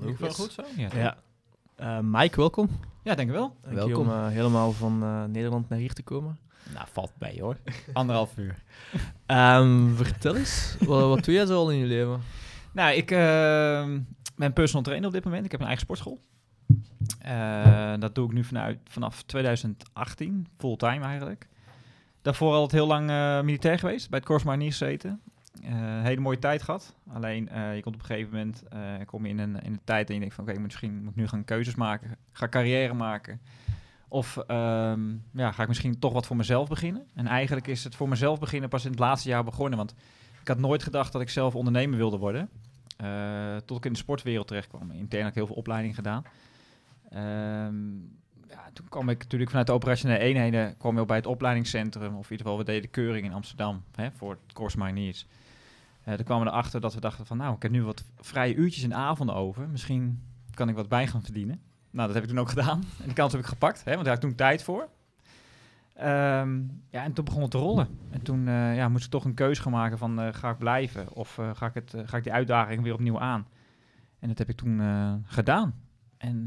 genoeg is. Goed zo? Ja. Ja. Mike, welkom. Ja, denk ik wel. Dank je om helemaal van Nederland naar hier te komen. Nou, valt bij hoor. 1,5 uur. Vertel eens, wat doe jij zo al in je leven? Nou, ik ben personal trainer op dit moment. Ik heb een eigen sportschool. Dat doe ik nu vanaf 2018, fulltime eigenlijk. Daarvoor altijd heel lang militair geweest, bij het Corps Mariniers gezeten. Een hele mooie tijd gehad. Alleen, je komt op een gegeven moment kom je in een tijd en je denkt van oké, misschien moet ik nu gaan keuzes maken. Ga carrière maken. Of ga ik misschien toch wat voor mezelf beginnen. En eigenlijk is het voor mezelf beginnen pas in het laatste jaar begonnen. Want ik had nooit gedacht dat ik zelf ondernemer wilde worden. Tot ik in de sportwereld terecht kwam. Intern heb ik heel veel opleiding gedaan. Toen kwam ik natuurlijk vanuit de operationele eenheden kwam ik bij het opleidingscentrum, of in ieder geval we deden de keuring in Amsterdam voor het Corps Mariniers. Toen kwamen we erachter dat we dachten van nou, ik heb nu wat vrije uurtjes in de avonden over. Misschien kan ik wat bij gaan verdienen. Nou, dat heb ik toen ook gedaan. En die kans heb ik gepakt, want daar had ik toen tijd voor. En toen begon het te rollen. En toen moest ik toch een keuze gaan maken van ga ik blijven of ga ik die uitdaging weer opnieuw aan. En dat heb ik toen gedaan. En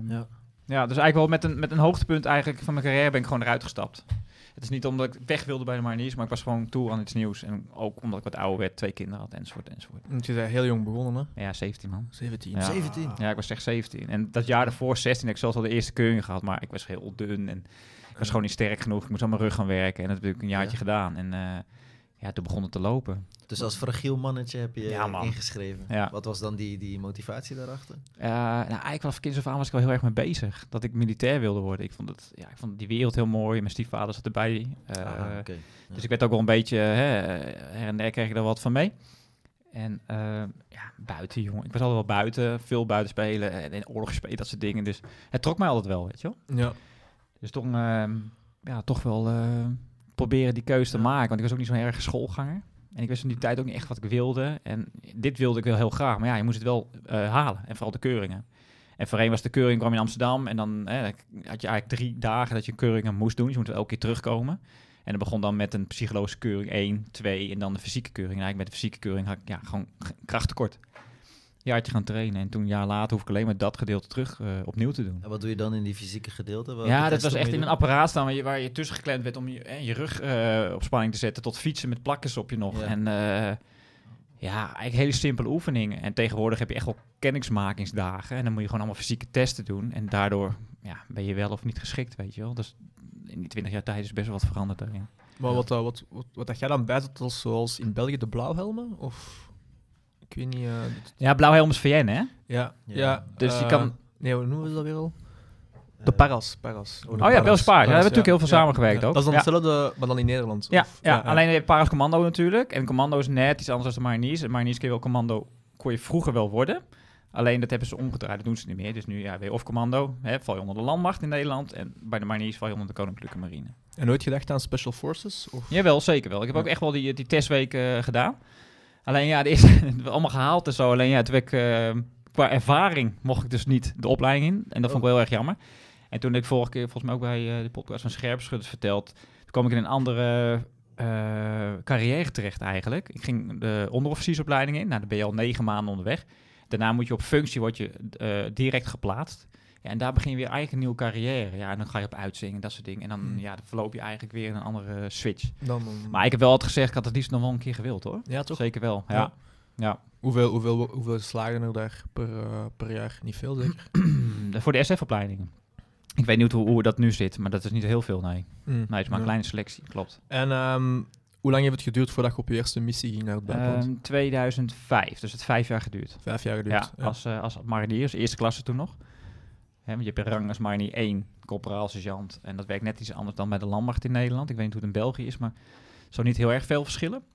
dus eigenlijk wel met een hoogtepunt eigenlijk van mijn carrière ben ik gewoon eruit gestapt. Het is niet omdat ik weg wilde bij de Mariniers, maar ik was gewoon toe aan iets nieuws. En ook omdat ik wat ouder werd, 2 kinderen had, enzovoort. Want je bent heel jong begonnen, hè? Ja, 17 man. 17. Ja. 17? Ja, ik was echt 17. En dat jaar daarvoor, 16, heb ik zelfs al de eerste keuring gehad. Maar ik was heel dun en ik was gewoon niet sterk genoeg. Ik moest aan mijn rug gaan werken en dat heb ik een jaartje gedaan. En toen begon het te lopen. Dus als fragiel mannetje heb je ingeschreven. Ja. Wat was dan die motivatie daarachter? Eigenlijk vanaf kinds af aan was ik wel heel erg mee bezig. Dat ik militair wilde worden. Ik vond die wereld heel mooi. Mijn stiefvader zat erbij. Dus ik werd ook wel een beetje... her en der kreeg ik er wat van mee. En buiten, jongen. Ik was altijd wel buiten. Veel buiten spelen. En oorlog spelen, dat soort dingen. Dus het trok mij altijd wel, weet je wel. Ja. Dus toch wel proberen die keuze te maken. Want ik was ook niet zo'n erg schoolganger. En ik wist in die tijd ook niet echt wat ik wilde. En dit wilde ik wel heel graag. Maar ja, je moest het wel halen. En vooral de keuringen. En voorheen was de keuring, kwam in Amsterdam. En dan had je eigenlijk 3 dagen dat je keuringen moest doen. Dus je moet elke keer terugkomen. En dat begon dan met een psychologische keuring 1, 2 en dan de fysieke keuring. En eigenlijk met de fysieke keuring had ik gewoon krachttekort. Jaartje gaan trainen. En toen een jaar later hoef ik alleen maar dat gedeelte terug opnieuw te doen. En wat doe je dan in die fysieke gedeelte? Dat was echt in een apparaat staan waar je tussen geklemd werd om je rug op spanning te zetten. Tot fietsen met plakkers op je nog. Ja. En eigenlijk hele simpele oefeningen. En tegenwoordig heb je echt wel kennismakingsdagen. En dan moet je gewoon allemaal fysieke testen doen. En daardoor ben je wel of niet geschikt, weet je wel. Dus in die 20 jaar tijd is best wel wat veranderd daarin. Maar wat had jij dan bij dat zoals in België de blauwhelmen? Of... Ik weet niet... Ja, blauwhelm is VN, hè? Ja. Dus je kan... Nee, hoe noemen we dat weer al? De paras. Belgisch Paars. Ja, daar hebben we natuurlijk heel veel samengewerkt ook. Dat is dan hetzelfde, maar dan in Nederland. Alleen heb je Paras Commando natuurlijk. En Commando is net iets anders dan de Mariniers. De Mariniers kun je wel Commando, kon je vroeger wel worden. Alleen dat hebben ze omgedraaid, dat doen ze niet meer. Dus nu ben je of Commando, val je onder de landmacht in Nederland. En bij de Mariniers val je onder de Koninklijke Marine. En nooit gedacht aan Special Forces? Of? Jawel, zeker wel. Ik heb ook echt wel die testweken gedaan. Alleen de eerste hebben we allemaal gehaald en zo. Alleen toen ik qua ervaring mocht ik dus niet de opleiding in. En dat vond ik wel heel erg jammer. En toen ik vorige keer volgens mij ook bij de podcast van Scherpschutters verteld, toen kwam ik in een andere carrière terecht eigenlijk. Ik ging de onderofficiersopleiding in. Nou, dan ben je al 9 maanden onderweg. Daarna moet je op functie, word je direct geplaatst. Ja, en daar begin je weer eigenlijk een nieuwe carrière. Ja, en dan ga je op uitzingen, dat soort dingen. En dan verloop je eigenlijk weer in een andere switch. Maar ik heb wel altijd gezegd, ik had het liefst nog wel een keer gewild, hoor. Ja, toch? Zeker wel, ja. Hoeveel slagen er daar per jaar? Niet veel, zeker? Voor de SF-opleidingen. Ik weet niet hoe dat nu zit, maar dat is niet heel veel, nee. Nee, het is maar een kleine selectie, klopt. En hoe lang heeft het geduurd voordat je op je eerste missie ging naar het buitenland? 2005, dus het heeft 5 jaar geduurd. 5 jaar geduurd? Ja, als mariniers, eerste klasse toen nog. Want je hebt een rang als marinier 1, corporaal sergeant. En dat werkt net iets anders dan bij de landmacht in Nederland. Ik weet niet hoe het in België is, maar zo niet heel erg veel verschillen.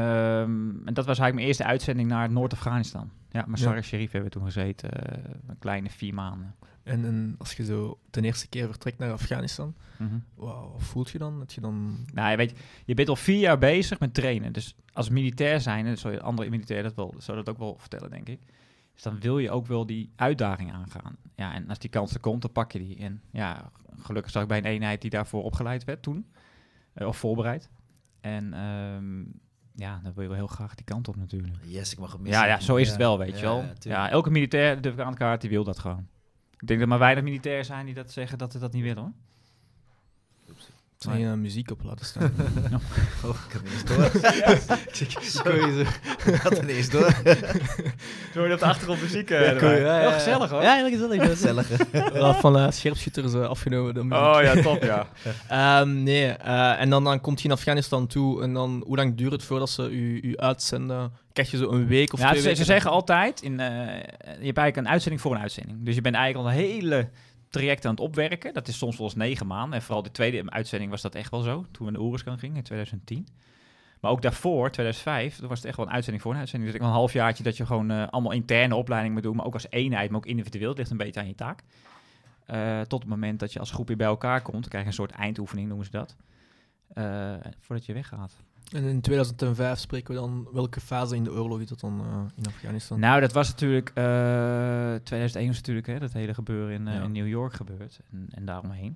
En dat was eigenlijk mijn eerste uitzending naar Noord-Afghanistan. Ja, Mazar-e Sharif hebben we toen gezeten, een kleine 4 maanden. En als je zo ten eerste keer vertrekt naar Afghanistan, wat voelt je dan? Dat je dan... Nou, weet je bent al 4 jaar bezig met trainen. Dus als militair zijn, en zo andere militair zou dat ook wel vertellen, denk ik. Dus dan wil je ook wel die uitdaging aangaan. Ja, en als die kans er komt, dan pak je die. En ja, gelukkig zat ik bij een eenheid die daarvoor opgeleid werd toen. Of voorbereid. En Ja, dan wil je wel heel graag die kant op natuurlijk. Yes, ik mag het missen. Ja, zo is het wel, weet je wel. Ja, elke militair, durf ik aan de kaart, die wil dat gewoon. Ik denk dat maar weinig militairen zijn die dat zeggen dat ze dat niet willen, hoor. Zou je muziek op laten staan? Oh, ik had het eens door. Sorry, ik had het eens door. Hoor je dat de achtergrondmuziek? Heel gezellig, hoor. Ja, heel gezellig. Gezellig. Van scherpschutters afgenomen. De muziek. Oh ja, top, ja. En dan komt je in Afghanistan toe. En dan, hoe lang duurt het voordat ze u uitzenden? Krijg je zo een week of 2 weken? Ze zeggen altijd, je hebt eigenlijk een uitzending voor een uitzending. Dus je bent eigenlijk al een hele traject aan het opwerken. Dat is soms wel eens 9 maanden. En vooral de tweede uitzending was dat echt wel zo. Toen we naar Oeruzkan gingen in 2010. Maar ook daarvoor, 2005, toen was het echt wel een uitzending voor een uitzending. Dus ik wel een halfjaartje dat je gewoon allemaal interne opleiding moet doen. Maar ook als eenheid, maar ook individueel. Het ligt een beetje aan je taak. Tot het moment dat je als groep weer bij elkaar komt. Dan krijg je een soort eindoefening, noemen ze dat. Voordat je weggaat. En in 2005 spreken we dan, welke fase in de oorlog is dat dan in Afghanistan? Nou, dat was natuurlijk, 2001 was natuurlijk dat hele gebeuren in New York gebeurd en daaromheen.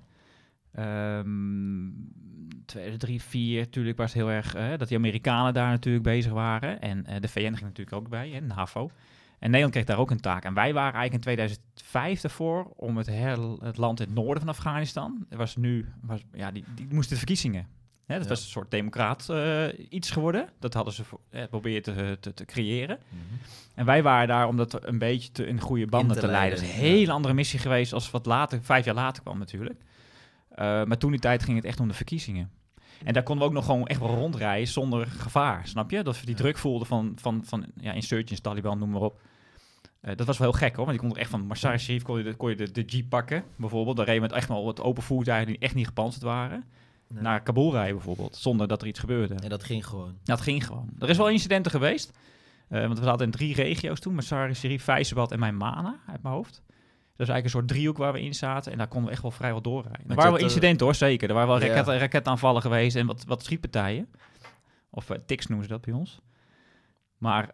2003, 2004 natuurlijk was het heel erg dat die Amerikanen daar natuurlijk bezig waren. En de VN ging natuurlijk ook bij, NAVO. En Nederland kreeg daar ook een taak. En wij waren eigenlijk in 2005 ervoor om het land in het noorden van Afghanistan. Die moesten de verkiezingen. Dat was een soort democraat iets geworden. Dat hadden ze geprobeerd te creëren. Mm-hmm. En wij waren daar om dat een beetje in goede banden te leiden. Dat is een hele andere missie geweest als wat later, 5 jaar later kwam natuurlijk. Maar toen die tijd ging het echt om de verkiezingen. En daar konden we ook nog gewoon echt wel rondrijden zonder gevaar, snap je? Dat we die druk voelden van insurgents, Taliban, noem maar op. Dat was wel heel gek hoor, want je kon er echt van Mazar-i-Sharif kon je de jeep pakken, bijvoorbeeld. Daar reden we met echt wel wat open voertuigen die echt niet gepantserd waren. Nee. Naar Kabul rijden bijvoorbeeld, zonder dat er iets gebeurde. En dat ging gewoon? Dat ging gewoon. Er is wel incidenten geweest, want we hadden in 3 regio's toen, Mazar-i-Sharif, Faizabad en Maimana uit mijn hoofd. Dat is eigenlijk een soort driehoek waar we in zaten en daar konden we echt wel vrij wel doorrijden. Er waren wel incidenten hoor, zeker. Er waren wel raketaanvallen geweest en wat schietpartijen. Of tics noemen ze dat bij ons. Maar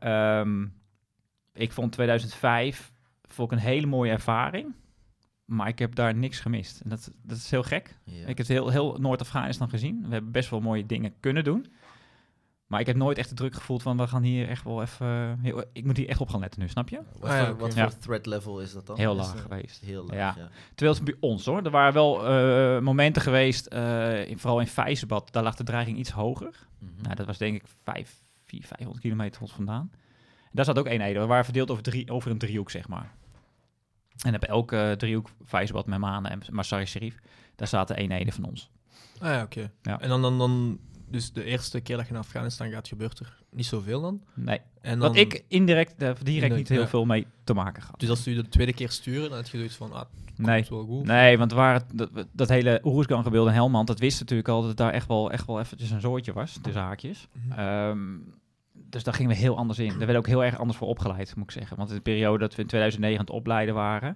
ik vond 2005 een hele mooie ervaring. Maar ik heb daar niks gemist. En dat is heel gek. Yeah. Ik heb heel Noord-Afghanistan gezien. We hebben best wel mooie dingen kunnen doen. Maar ik heb nooit echt de druk gevoeld van we gaan hier echt wel even... ik moet hier echt op gaan letten nu, snap je? Wat voor threat level is dat dan? Heel laag geweest. Heel laag, ja. Terwijl het bij ons hoor. Er waren wel momenten geweest, vooral in Faizabad, daar lag de dreiging iets hoger. Mm-hmm. Nou, dat was denk ik 500 kilometer vandaan. En daar zat ook eenheden. We waren verdeeld over een driehoek, zeg maar. En op elke driehoek, Faizabad, Maimana en Mazar-i-Sharif, daar zaten eenheden van ons. Oké. Ja. En dan dus de eerste keer dat je naar Afghanistan gaat, gebeurt er niet zoveel dan? Nee. En wat ik direct niet heel veel mee te maken gehad. Dus als ze je de tweede keer sturen, dan heb je zoiets van, komt wel goed? Nee, want dat hele Oeruzkan gebeurde in Helmand, dat wist natuurlijk al dat het daar echt wel eventjes een zooitje was, tussen haakjes. Mm-hmm. Dus daar gingen we heel anders in. Daar werden ook heel erg anders voor opgeleid, moet ik zeggen. Want in de periode dat we in 2009 aan het opleiden waren,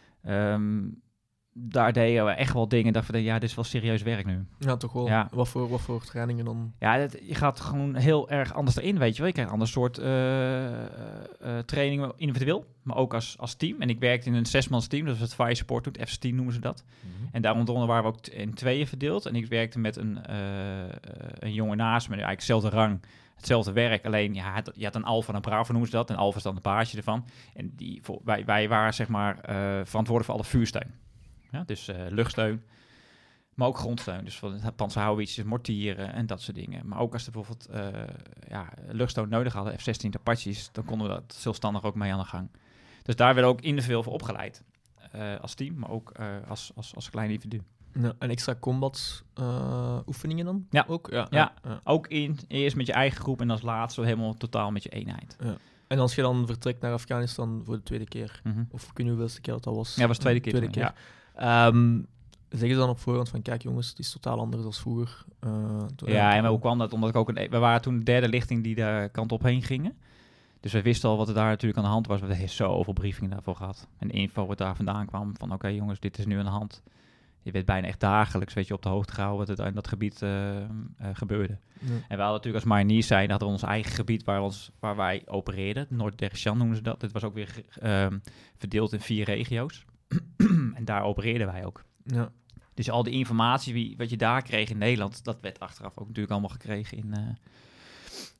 daar deden we echt wel dingen dat we dachten, dit is wel serieus werk nu. Ja, toch wel. Ja. Wat voor trainingen dan? Ja, je gaat gewoon heel erg anders erin, weet je wel. Je krijgt een ander soort trainingen individueel, maar ook als team. En ik werkte in een 6-mans team, dat was het Fire Support, het FC-team noemen ze dat. Mm-hmm. En daaronder waren we ook in 2 verdeeld. En ik werkte met een jongen naast me, eigenlijk dezelfde rang, hetzelfde werk. Alleen, je had een alfa en een bravo noemen ze dat. En alfa is dan een page ervan. En wij waren zeg maar verantwoordelijk voor alle vuursteun. Ja, dus luchtsteun, maar ook grondsteun. Dus van panzerhouwitsjes, mortieren en dat soort dingen. Maar ook als er bijvoorbeeld luchtsteun nodig hadden, F-16 Apaches, dan konden we dat zelfstandig ook mee aan de gang. Dus daar werden we ook individueel voor opgeleid. Als team, maar ook als klein individu. Ja, en extra combat oefeningen dan? Ja. Ook? Ja. Ook eerst met je eigen groep en als laatste helemaal totaal met je eenheid. Ja. En als je dan vertrekt naar Afghanistan voor de tweede keer, of kun je hoeveelste keer dat al was? Ja, dat was de tweede keer. Ja. Zeggen ze dan op voorhand van, kijk jongens, het is totaal anders dan vroeger? En hoe kwam dat? Omdat we waren toen de 3e lichting die de kant op heen gingen. Dus we wisten al wat er daar natuurlijk aan de hand was. We hebben zoveel briefingen daarvoor gehad. En info wat daar vandaan kwam van, oké, jongens, dit is nu aan de hand. Je werd bijna echt dagelijks, op de hoogte gehouden wat er in dat gebied gebeurde. Ja. En we hadden natuurlijk als mariniers zijn, hadden we ons eigen gebied waar wij opereerden. Noord-Dergishan noemen ze dat. Dit was ook weer verdeeld in 4 regio's. En daar opereerden wij ook. Ja. Dus al die informatie wat je daar kreeg in Nederland, dat werd achteraf ook natuurlijk allemaal gekregen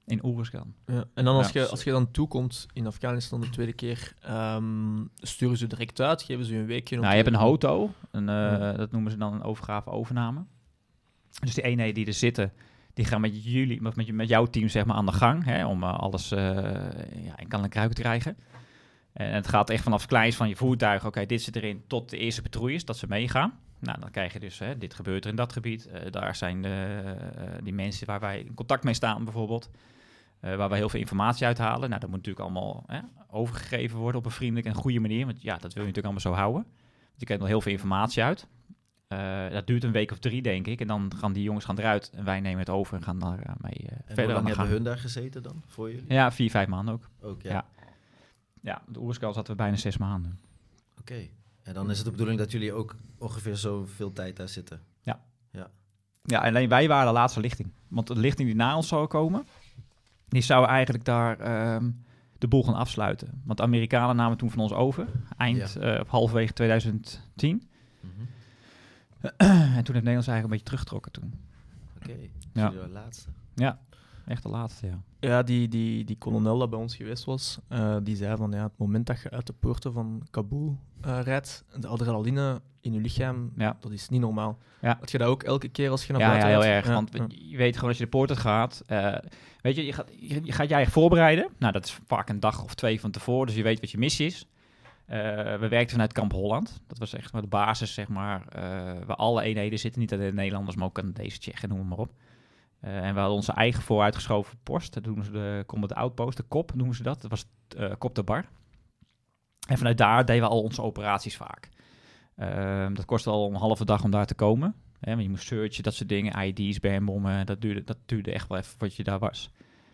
in Oeruzgan. Ja. En dan Ja. als je dan toekomt in Afghanistan de tweede keer, sturen ze direct uit? Geven ze je een weekje? om Nou, je te- hebt een HOTO, Ja. dat noemen ze dan een overgave-overname. Dus die eenheden die er zitten, die gaan met jouw team zeg maar aan de gang, hè, om alles in kan en kruiken te krijgen. En het gaat echt vanaf kleins van je voertuig, oké, dit zit erin, tot de eerste patrouilles, dat ze meegaan. Nou, dan krijg je dus, dit gebeurt er in dat gebied. Daar zijn die mensen waar wij in contact mee staan bijvoorbeeld. Waar we heel veel informatie uithalen. Nou, dat moet natuurlijk allemaal overgegeven worden op een vriendelijke en goede manier. Want ja, dat wil je natuurlijk allemaal zo houden. Want je krijgt wel heel veel informatie uit. Dat duurt een week of 3, denk ik. En dan gaan die jongens eruit en wij nemen het over en gaan daar mee En verder hoe aan lang de hebben gang. hun daar gezeten dan, voor jullie? Ja, 4-5 maanden ook. Ook, Ja. Ja, de Oeruzgan zaten we bijna 6 maanden. Oké. En dan is het de bedoeling dat jullie ook ongeveer zoveel tijd daar zitten. Ja, alleen wij waren de laatste lichting. Want de lichting die na ons zou komen, die zou eigenlijk daar de boel gaan afsluiten. Want de Amerikanen namen toen van ons over, op halverwege 2010. Mhm. En toen heeft Nederland zich eigenlijk een beetje teruggetrokken toen. Oké. Ja. Jullie waren de laatste. Ja, echt de laatste, ja. Ja, die kolonel dat bij ons geweest was, die zei van ja, het moment dat je uit de poorten van Kabul rijdt, de adrenaline in je lichaam, Ja. dat is niet normaal. Ja. Had je dat ook elke keer als je naar Ja, buiten heel rijdt? erg. Want je weet gewoon als je de poort uit gaat, weet je gaat je eigen voorbereiden. Nou, dat is vaak een dag of 2 van tevoren, dus je weet wat je missie is. We werkten vanuit Kamp Holland. Dat was echt maar de basis, zeg maar, waar alle eenheden zitten. Niet alleen de Nederlanders, maar ook Canadezen, Tsjechen, noem maar op. En we hadden onze eigen vooruitgeschoven post. Dat noemen ze de Combat Outpost, de KOP noemen ze dat. Dat was Kop de Bar. En vanuit daar deden we al onze operaties vaak. Dat kostte al een halve dag om daar te komen. Want je moest searchen, dat soort dingen. ID's, bermbommen, dat duurde echt wel even voordat je daar was.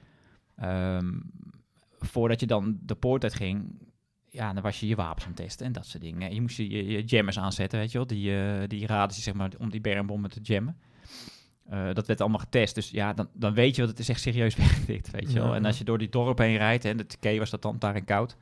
Voordat je dan de poort uit ging, ja, dan was je je wapens aan het testen en dat soort dingen. Je moest je jammers aanzetten, weet je wel. Die raders, zeg maar, om die bermbommen te jammen. Dat werd allemaal getest. Dus ja, dan weet je wat het is echt serieus werk dit, weet je wel. Ja, En ja. als je door die dorp heen rijdt, en de Turkije was dat dan daar in koud.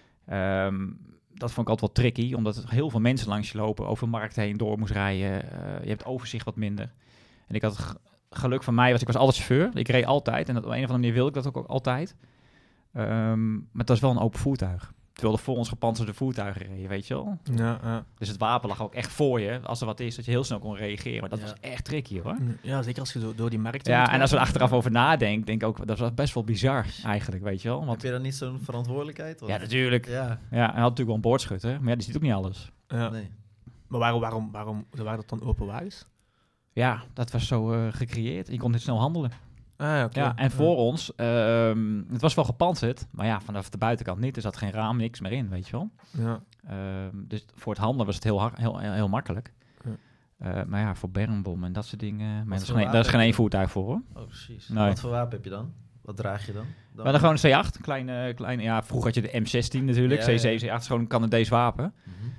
Dat vond ik altijd wel tricky, omdat er heel veel mensen langs je lopen, over markten heen door moest rijden. Je hebt overzicht wat minder. En ik had geluk van mij, ik was altijd chauffeur. Ik reed altijd en op een of andere manier wilde ik dat ook altijd. Maar het was wel een open voertuig. Terwijl er voor ons gepantserde voertuigen reden, weet je wel. Ja. Dus het wapen lag ook echt voor je, als er wat is, dat je heel snel kon reageren. Maar dat Ja. was echt tricky, hoor. Ja, zeker als je door die markt Ja, moet en als we er rijden. achteraf over nadenken, denk ik ook, dat was best wel bizar eigenlijk, weet je wel. Heb Want, je dan niet zo'n verantwoordelijkheid? Of? ja, natuurlijk. Ja. Ja, hij had natuurlijk wel een boordschutter, maar ja, die ziet ook niet alles. Ja. Nee. Maar waarom waren dat dan open wagens? Ja, dat was zo gecreëerd. Je kon niet snel handelen. Ah, ja, oké. Ja, en voor ons, het was wel gepantserd, maar ja, vanaf de buitenkant niet. Er zat geen raam, niks meer in, weet je wel. Ja. Dus voor het handelen was het heel makkelijk. Ja. Maar ja, voor bermbommen en dat soort dingen, maar voor daar is wapen geen heb één je? voertuig voor, hoor. Oh, precies. Nee. Wat voor wapen heb je dan? Wat draag je dan? We hadden gewoon een C8, kleine, ja, vroeger had je de M16 natuurlijk, Ja, ja. C7, C8 is gewoon een Canadees wapen.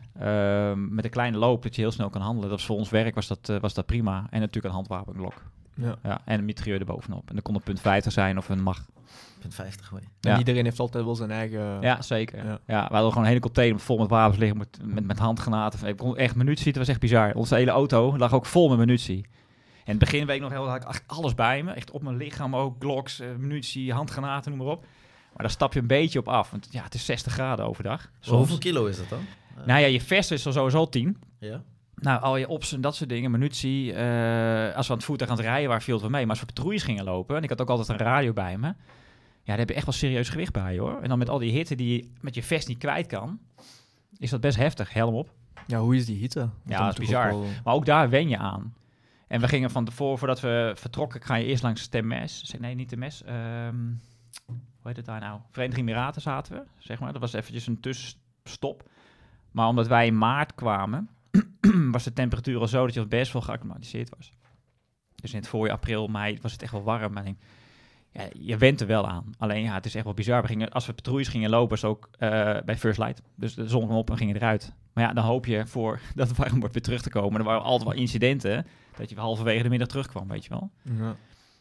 Mhm. Met een kleine loop dat je heel snel kan handelen. Dat was voor ons werk was dat prima. En natuurlijk een handwapenglok. Ja. Ja, en een mitrailleur erbovenop. En dat kon een punt 50 zijn of een mag. Punt 50 mee. En Ja. iedereen heeft altijd wel zijn eigen... Ja, zeker. Ja. Ja. we hadden gewoon een hele container vol met wapens liggen, met handgranaten. Ik kon echt munitie, dat was echt bizar. Onze hele auto lag ook vol met munitie. In het begin weet ik nog heel, had ik echt alles bij me. Echt op mijn lichaam ook, gloks, munitie, handgranaten, noem maar op. Maar daar stap je een beetje op af. Want ja, het is 60 graden overdag. Zo, hoeveel kilo is dat dan? Nou ja, je vest is er sowieso 10. Ja? Nou, al je ops en dat soort dingen, munitie. Als we aan het voertuig aan het rijden waren, viel het wel mee. Maar als we patrouilles gingen lopen, en ik had ook altijd een radio bij me. Ja, daar heb je echt wel serieus gewicht bij, hoor. En dan met al die hitte die je met je vest niet kwijt kan, is dat best heftig. Helm op. Ja, hoe is die hitte? Want Ja, dan dat is moet toch bizar. ook wel- Maar ook daar wen je aan. En we gingen van tevoren, voordat we vertrokken, ga je eerst langs Temes. Nee, niet Temes. Hoe heet het daar nou? Verenigde Emiraten zaten we, zeg maar. Dat was eventjes een tussenstop. Maar omdat wij in maart kwamen, was de temperatuur al zo dat je best wel geacclimatiseerd was. Dus in het voorjaar, april, mei was het echt wel warm. Maar ja, je went er wel aan. Alleen ja, het is echt wel bizar. Als we patrouilles gingen lopen, was het ook bij First Light. Dus de zon kwam op en gingen eruit. Maar ja, dan hoop je voor dat het warm wordt weer terug te komen. Er waren altijd wel incidenten dat je halverwege de middag terugkwam, weet je wel. Ja.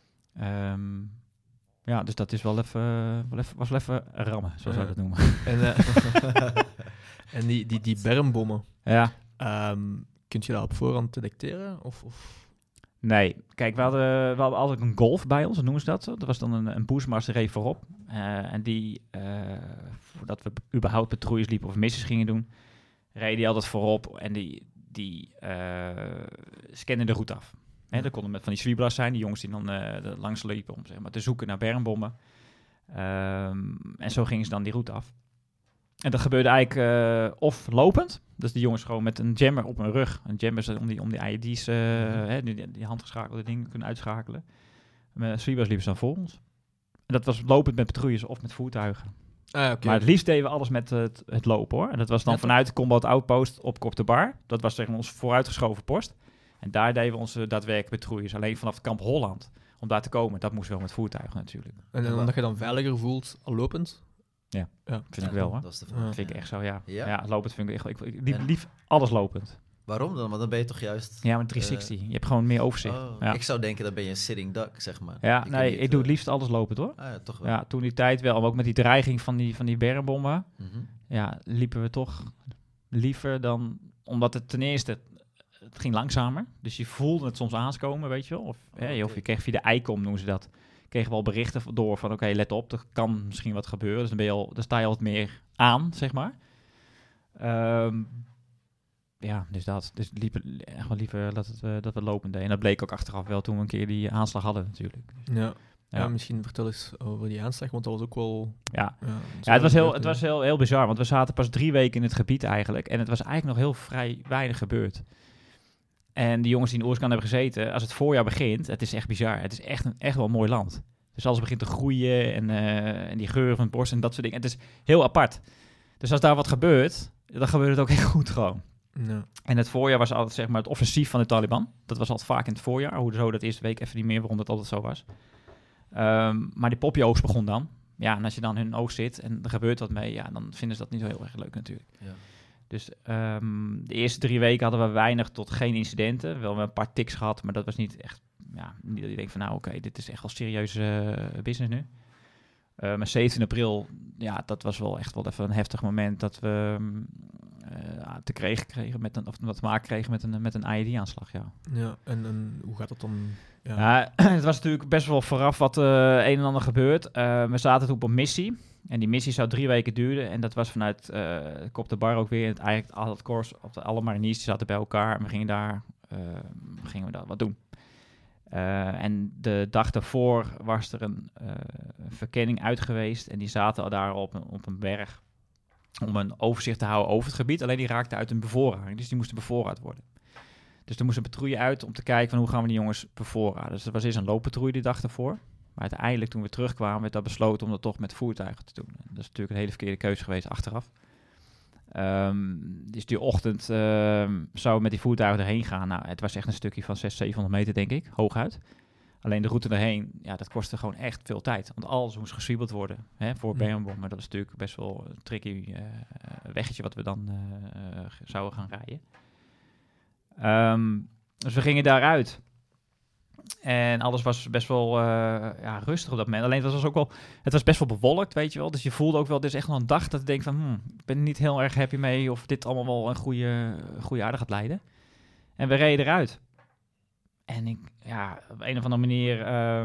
Ja, dus dat is was wel even rammen, zoals we dat noemen. En, en die bermbommen, Ja. kunt je dat op voorhand detecteren? Of? Nee, kijk, we hadden altijd een Golf bij ons, noemen ze dat. Dat was dan een Bushmaster reed voorop. En die, voordat we überhaupt patrouilles liepen of missies gingen doen, reed die altijd voorop en die scande de route af. Hè, dat konden met van die sweeblast zijn, die jongens die dan langs liepen om zeg maar, te zoeken naar bermbommen. En zo gingen ze dan die route af. En dat gebeurde eigenlijk of lopend, dus die jongens gewoon met een jammer op hun rug. Een jammer is om die IED's, die handgeschakelde dingen kunnen uitschakelen. Met sweeblast liepen ze dan voor ons. En dat was lopend met patrouilles of met voertuigen. Okay. Maar het liefst deden we alles met het lopen, hoor. En dat was dan vanuit de Combat Outpost op Kop de Bar. Dat was zeg maar onze vooruitgeschoven post. En daar deden we onze daadwerkelijk patrouilles. Alleen vanaf het kamp Holland. Om daar te komen, dat moest wel met voertuigen natuurlijk. En omdat je dan veiliger voelt al lopend? Ja. Vind ik wel, hoor. Dat is de vraag. Dat vind ik echt zo, ja. Ja? Ja, lopend vind ik echt... Ik lief alles lopend. Waarom dan? Want dan ben je toch juist... Ja, met 360. Je hebt gewoon meer overzicht. Ja. Ik zou denken, dan ben je een sitting duck, zeg maar. Ja, ik doe het liefst alles lopend, hoor. Ja, toch wel. Ja, toen die tijd wel. Maar ook met die dreiging van die bermbommen. Mm-hmm. Ja, liepen we toch liever dan... Omdat het ten eerste... Het ging langzamer. Dus je voelde het soms aankomen, weet je wel. Of je kreeg via de ICOM, noemen ze dat. Kregen we al berichten door van... Oké, let op, er kan misschien wat gebeuren. Dus dan sta je al wat meer aan, zeg maar. Ja, dus dat. Dus echt wel liever dat we lopend deden. En dat bleek ook achteraf wel toen we een keer die aanslag hadden natuurlijk. Ja, misschien vertel eens over die aanslag, want dat was ook wel... Ja, het was heel bizar, want we zaten pas 3 weken in het gebied eigenlijk. En het was eigenlijk nog heel vrij weinig gebeurd. En die jongens die in Oerskan hebben gezeten, als het voorjaar begint, het is echt bizar. Het is echt wel een mooi land. Dus alles begint te groeien en die geur van het bos en dat soort dingen. Het is heel apart. Dus als daar wat gebeurt, dan gebeurt het ook echt goed gewoon. Ja. En het voorjaar was altijd zeg maar het offensief van de Taliban. Dat was altijd vaak in het voorjaar. Hoezo dat eerste week even niet meer, waarom dat altijd zo was. Maar die poppyoogst begon dan. Ja, en als je dan in hun oogst zit en er gebeurt wat mee, ja, dan vinden ze dat niet zo heel erg leuk natuurlijk. Ja. Dus de eerste 3 weken hadden we weinig tot geen incidenten. Wel een paar tics gehad, maar dat was niet echt... Ja, niet dat je denkt van nou oké, dit is echt wel serieuze business nu. Maar 17 april, ja, dat was wel echt wel even een heftig moment dat we te maken kregen met een IED-aanslag, ja. Ja, en hoe gaat dat dan? Ja. Het was natuurlijk best wel vooraf wat een en ander gebeurd. We zaten toen op een missie. En die missie zou 3 weken duren. En dat was vanuit Kop de Bar ook weer. Eigenlijk al het korps, alle mariniers die zaten bij elkaar. En we gingen daar wat doen. En de dag daarvoor was er een verkenning uit geweest. En die zaten daar op een berg om een overzicht te houden over het gebied. Alleen die raakte uit een bevoorrading. Dus die moesten bevoorraad worden. Dus er moest een patrouille uit om te kijken van hoe gaan we die jongens bevoorraden. Dus er was eerst een looppatrouille die dag daarvoor. Maar uiteindelijk toen we terugkwamen werd dat besloten om dat toch met voertuigen te doen. En dat is natuurlijk een hele verkeerde keuze geweest achteraf. Dus die ochtend zouden we met die voertuigen erheen gaan. Nou, het was echt een stukje van 600-700 meter denk ik, hooguit. Alleen de route erheen, ja, dat kostte gewoon echt veel tijd. Want alles moest geswiebeld worden voor bermbom. Maar dat is natuurlijk best wel een tricky weggetje wat we dan zouden gaan rijden. Dus we gingen daaruit. En alles was best wel rustig op dat moment. Alleen het was best wel bewolkt, weet je wel. Dus je voelde ook wel, dit is echt wel een dag dat ik denk van... ik ben niet heel erg happy mee of dit allemaal wel een goede aarde gaat leiden. En we reden eruit. En op een of andere manier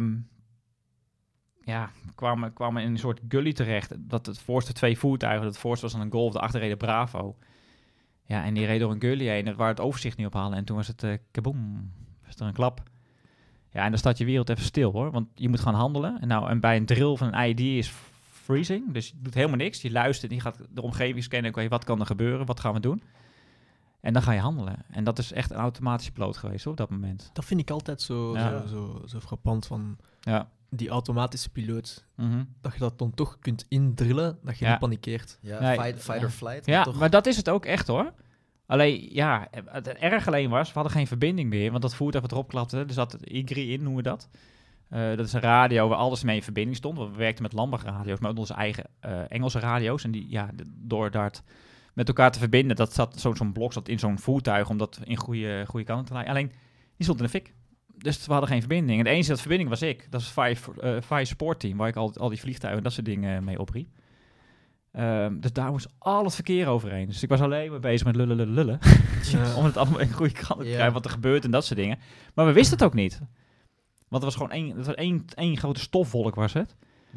kwamen in een soort gully terecht. Dat het voorste 2 voertuigen, het voorste was dan een Golf, de achterreden Bravo. Ja, en die reed door een gully heen, waar het overzicht niet op halen. En toen was het kaboom, was er een klap. Ja, en dan staat je wereld even stil, hoor. Want je moet gaan handelen. En bij een drill van een IED is freezing. Dus je doet helemaal niks. Je luistert, je gaat de omgeving scannen. Oké, wat kan er gebeuren? Wat gaan we doen? En dan ga je handelen. En dat is echt een automatische piloot geweest, hoor, op dat moment. Dat vind ik altijd zo frappant van die automatische piloot. Mm-hmm. Dat je dat dan toch kunt indrillen, dat je niet panikeert. Ja, fight or flight. Ja, toch... maar dat is het ook echt, hoor. Alleen, ja, het erg alleen was, we hadden geen verbinding meer, want dat voertuig wat erop klapte, er zat IGRI in, noemen we dat. Dat is een radio waar alles mee in verbinding stond. We werkten met Lambach-radio's, maar met onze eigen Engelse radio's. En die, door dat met elkaar te verbinden, dat zat zo'n blok zat in zo'n voertuig, om dat in goede kanten te leiden. Alleen, die stond in de fik. Dus we hadden geen verbinding. En de enige dat verbinding was ik. Dat is Fire Support Team, waar ik al die vliegtuigen en dat soort dingen mee opriep. Dus daar moest al het verkeer overheen. Dus ik was alleen maar bezig met lullen. Om het allemaal in de goede kant te krijgen, wat er gebeurt en dat soort dingen. Maar we wisten het ook niet. Want het was gewoon één grote stofwolk was het.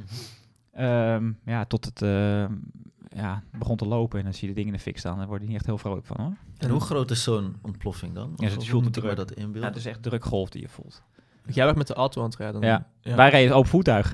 Tot het begon te lopen en dan zie je de dingen in de fik staan. Daar word je niet echt heel vrolijk van, hoor. En hoe groot is zo'n ontploffing dan? Ja, het voelt moet ik dat inbeelden? Ja, het is echt drukgolf die je voelt. Jij werd met de auto aan het rijden. Ja. Wij reden open voertuig.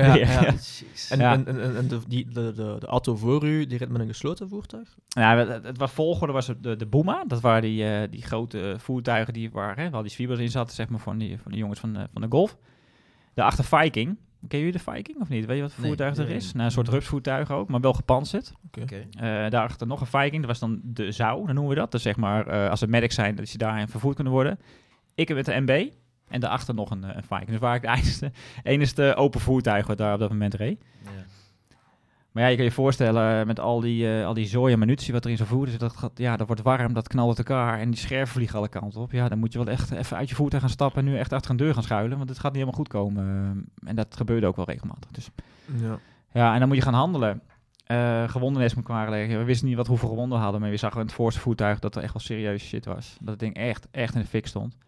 En de auto voor u, die reed met een gesloten voertuig? Ja, het was volgorde was de Boema. Dat waren die grote voertuigen waar die Swiebers in zaten, zeg maar, van de jongens van de Golf. Daarachter Viking. Ken jullie de Viking of niet? Weet je wat voor voertuig er is? Een soort rupsvoertuig ook, maar wel gepantserd. Okay. Daarachter nog een Viking. Dat was dan de Zou, dan noemen we dat. Dus zeg maar, als er medics zijn, dat ze daarin vervoerd kunnen worden. Ik heb met de MB. En daarachter nog een Viking. Dus waar ik de enigste open voertuig wat daar op dat moment reed. Ja. Maar ja, je kan je voorstellen met al die zooi en munitie wat er in zo'n voertuig zit. Dat wordt warm, dat knalt uit elkaar en die scherven vliegen alle kanten op. Ja, dan moet je wel echt even uit je voertuig gaan stappen en nu echt achter een deur gaan schuilen. Want het gaat niet helemaal goed komen. En dat gebeurde ook wel regelmatig. Dus. Ja, en dan moet je gaan handelen. Gewonden is me klaar liggen. We wisten niet hoeveel gewonden we hadden. Maar we zagen in het voorste voertuig dat er echt wel serieus shit was. Dat het ding echt in de fik stond.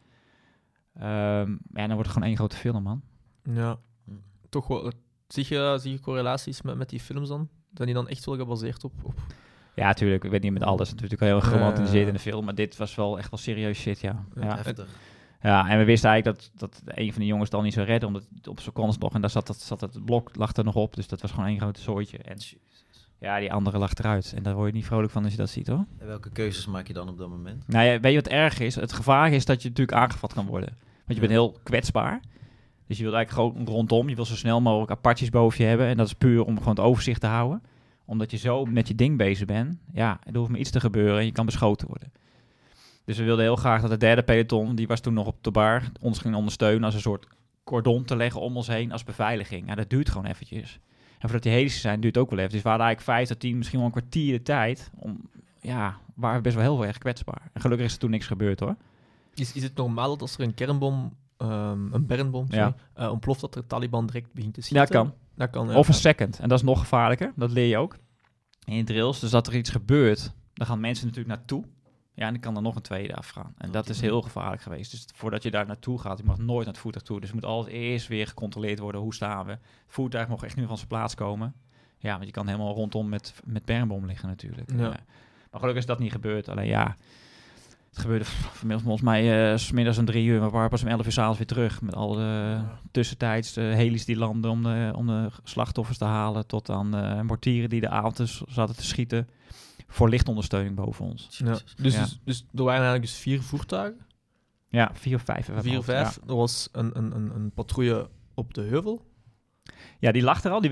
En dan wordt het gewoon één grote film, man. Ja, toch wel. Zie je correlaties met die films dan? Zijn die dan echt wel gebaseerd op? Ja, natuurlijk. Ik weet niet met alles. Het is natuurlijk heel geromantiseerd in de film. Maar dit was wel echt wel serieus shit, ja. Heftig. Ja, en we wisten eigenlijk dat een van de jongens dan niet zou redden. Omdat op zijn kans nog. En daar zat het blok lag er nog op. Dus dat was gewoon één grote zooitje. En ja, die andere lag eruit. En daar word je niet vrolijk van als je dat ziet, hoor. En welke keuzes maak je dan op dat moment? Nou ja, weet je wat erg is? Het gevaar is dat je natuurlijk aangevat kan worden. Want je bent heel kwetsbaar. Dus je wilt eigenlijk gewoon rondom. Je wil zo snel mogelijk Apaches boven je hebben. En dat is puur om gewoon het overzicht te houden. Omdat je zo met je ding bezig bent. Ja, er hoeft maar iets te gebeuren en je kan beschoten worden. Dus we wilden heel graag dat de derde peloton, die was toen nog op de bar, ons ging ondersteunen als een soort cordon te leggen om ons heen als beveiliging. Ja, dat duurt gewoon eventjes. En voordat die helices zijn, duurt het ook wel even. Dus we hadden eigenlijk 5 tot 10, misschien wel een kwartier de tijd. Waren we best wel heel erg kwetsbaar. En gelukkig is er toen niks gebeurd, hoor. Is het normaal dat als er een kernbom, een bermbom, ontploft, dat de Taliban direct begint te schieten? Dat kan. Of een second. En dat is nog gevaarlijker. Dat leer je ook in je drills. Dus dat er iets gebeurt, dan gaan mensen natuurlijk naartoe. Ja, en dan kan er nog een tweede afgaan. En dat is heel gevaarlijk geweest. Dus voordat je daar naartoe gaat, je mag nooit naar het voertuig toe. Dus het moet altijd eerst weer gecontroleerd worden. Hoe staan we? Het voertuig mag echt nu van zijn plaats komen. Ja, want je kan helemaal rondom met bermbom liggen natuurlijk. Ja. Maar gelukkig is dat niet gebeurd. Alleen ja, het gebeurde volgens mij 's middags om 3 uur. We waren pas om 11 uur 's avonds weer terug. Met al de tussentijds de helis die landen om de slachtoffers te halen. Tot aan mortieren die de avond zaten te schieten. Voor lichtondersteuning boven ons. Ja. Dus er waren eigenlijk 4 voertuigen? Ja, 4 of 5. 4 of 5. Ja. Er was een patrouille op de heuvel. Ja, die lag er al. Die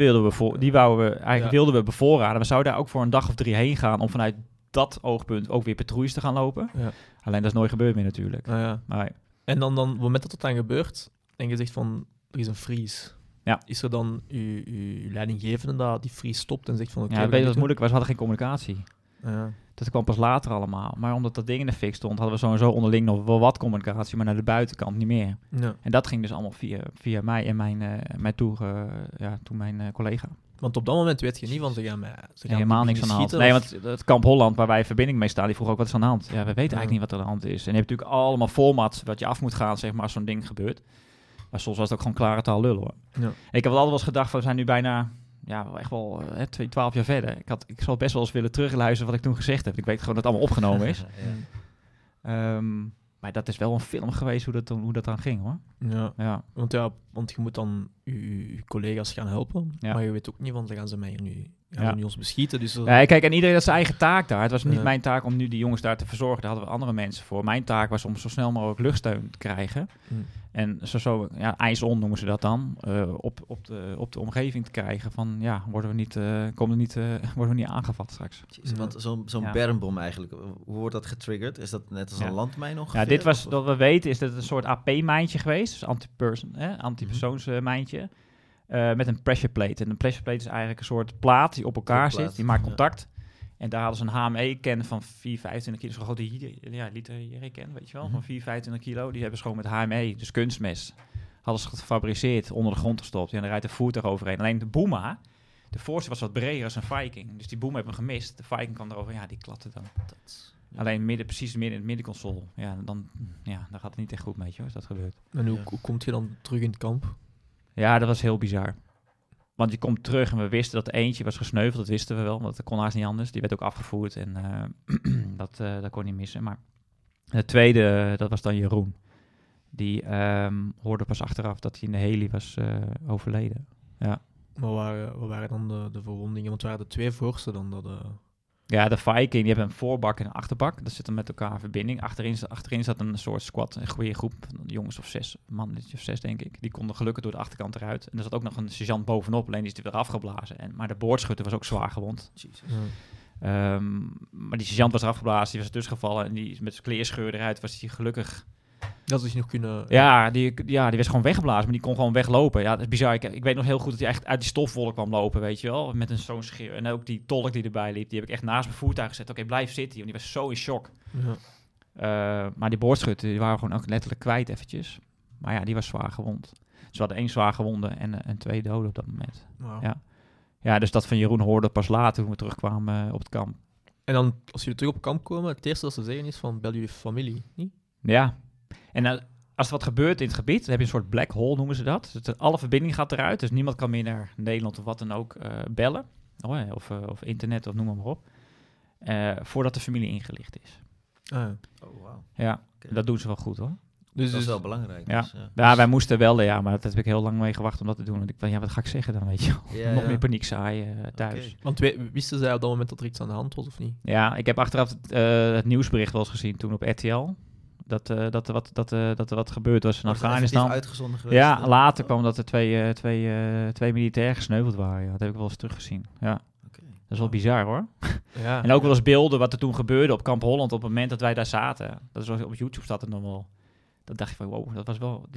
wilden we bevoorraden. We zouden daar ook voor een dag of 3 heen gaan om vanuit dat oogpunt ook weer patrouilles te gaan lopen. Ja. Alleen dat is nooit gebeurd meer natuurlijk. Maar, en dan op het moment dat het dan gebeurt en je zegt van, er is een freeze. Ja. Is er dan uw leidinggevende dat die freeze stopt en zegt van... weet je wat moeilijk was? We hadden geen communicatie. Ja. Dat kwam pas later allemaal. Maar omdat dat ding in de fik stond, hadden we sowieso onderling nog wel wat communicatie, maar naar de buitenkant niet meer. Ja. En dat ging dus allemaal via mij en mijn collega. Want op dat moment weet je niet, want ze gaan helemaal niks aan de hand. Nee, want het kamp Holland, waar wij verbinding mee staan, die vroeg ook wat is aan de hand. Ja, we weten eigenlijk niet wat er aan de hand is. En je hebt natuurlijk allemaal formats wat je af moet gaan, zeg maar, als zo'n ding gebeurt. Maar soms was het ook gewoon klare taal lullen, hoor. Ja. Ik heb altijd wel eens gedacht, we zijn nu bijna... Ja, echt wel 12 jaar verder. Ik zal best wel eens willen terugluisteren wat ik toen gezegd heb. Ik weet gewoon dat het allemaal opgenomen is. Maar dat is wel een film geweest hoe dat dan ging, hoor. Ja. Want je moet dan je collega's gaan helpen. Ja. Maar je weet ook niet, want dan gaan ze mij nu ons beschieten. Dus kijk, en iedereen had zijn eigen taak daar. Het was niet mijn taak om nu die jongens daar te verzorgen. Daar hadden we andere mensen voor. Mijn taak was om zo snel mogelijk luchtsteun te krijgen. En ijs-on noemen ze dat dan. Op de omgeving te krijgen van, worden we niet aangevat straks. Want zo'n bermbom eigenlijk, hoe wordt dat getriggerd? Is dat net als een landmijn ongeveer? Ja, dit was, wat we weten, is dat het een soort AP-mijntje geweest. Dus antipersoonsmijntje. Met een pressure plate. En een pressure plate is eigenlijk een soort plaat die op elkaar zit. Die maakt contact. En daar hadden ze een HME-can van 4,25 kilo. Zo'n grote liter-can, weet je wel. Van 4,25 kilo. Die hebben ze gewoon met HME, dus kunstmest, hadden ze gefabriceerd, onder de grond gestopt. En daar rijdt een voertuig overheen. Alleen de Boema, De voorste was wat breder als een Viking. Dus die boom heeft hem gemist. De Viking kwam erover, ja, die klapte dan. Alleen precies midden in het middenconsole. Ja, dan gaat het niet echt goed met je als dat gebeurt. En hoe komt je dan terug in het kamp? Ja, dat was heel bizar. Want je komt terug en we wisten dat er eentje was gesneuveld. Dat wisten we wel, want dat kon haast niet anders. Die werd ook afgevoerd en dat kon niet missen. Maar de tweede, dat was dan Jeroen. Die hoorde pas achteraf dat hij in de heli was overleden. Ja. Maar wat waren dan de verwondingen? Want het waren de 2 voorste dan dat... Ja, de Viking, die hebben een voorbak en een achterbak. Dat zit dan met elkaar in verbinding. Achterin zat een soort squad, een goede groep, jongens of 6, mannetjes of 6 denk ik. Die konden gelukkig door de achterkant eruit. En er zat ook nog een sergeant bovenop, alleen die is er weer afgeblazen. Maar de boordschutter was ook zwaar gewond. Maar die sergeant was eraf geblazen, die was ertussen gevallen. En die met zijn kleerscheur eruit was hij gelukkig... Dat is nog kunnen... Ja, die werd gewoon weggeblazen, maar die kon gewoon weglopen. Ja, dat is bizar. Ik weet nog heel goed dat hij echt uit die stofwolk kwam lopen, weet je wel. Met zo'n schreeuw. En ook die tolk die erbij liep, die heb ik echt naast mijn voertuig gezet. Oké, blijf zitten, want die was zo in shock. Ja. Maar die boordschutten, die waren gewoon ook letterlijk kwijt eventjes. Maar ja, die was zwaar gewond. Dus we hadden 1 zwaar gewonde en 2 doden op dat moment. Wow. Ja, dus dat van Jeroen hoorde pas later toen we terugkwamen op het kamp. En dan, als jullie terug op kamp komen, het eerste dat ze zeggen is van, bel jullie familie, niet? Ja. En als er wat gebeurt in het gebied, dan heb je een soort black hole, noemen ze dat. Dus alle verbinding gaat eruit, dus niemand kan meer naar Nederland of wat dan ook bellen. Of internet of noem maar op. Voordat de familie ingelicht is. Oh, wauw. Ja, Okay. dat doen ze wel goed hoor. Dus dat is wel belangrijk. Ja. Dus, Ja, wij moesten wel, maar dat heb ik heel lang mee gewacht om dat te doen. Want ik dacht, wat ga ik zeggen dan, weet je wel. Ja, Nog ja. meer paniek zaaien thuis. Oké. Want wisten zij op dat moment dat er iets aan de hand was, of niet? Ja, ik heb achteraf het nieuwsbericht wel eens gezien toen op RTL. Dat er wat gebeurd was in Was het Afghanistan. effectief uitgezonden geweest? Ja, later kwam dat er twee militairen gesneuveld waren. Ja, dat heb ik wel eens teruggezien. Ja, Oké. dat is wel bizar hoor. Ja. En ook wel eens beelden wat er toen gebeurde op Kamp Holland op het moment dat wij daar zaten. Dat is wel, op YouTube staat het nog wel. Dat dacht je van, wow, dat was wel...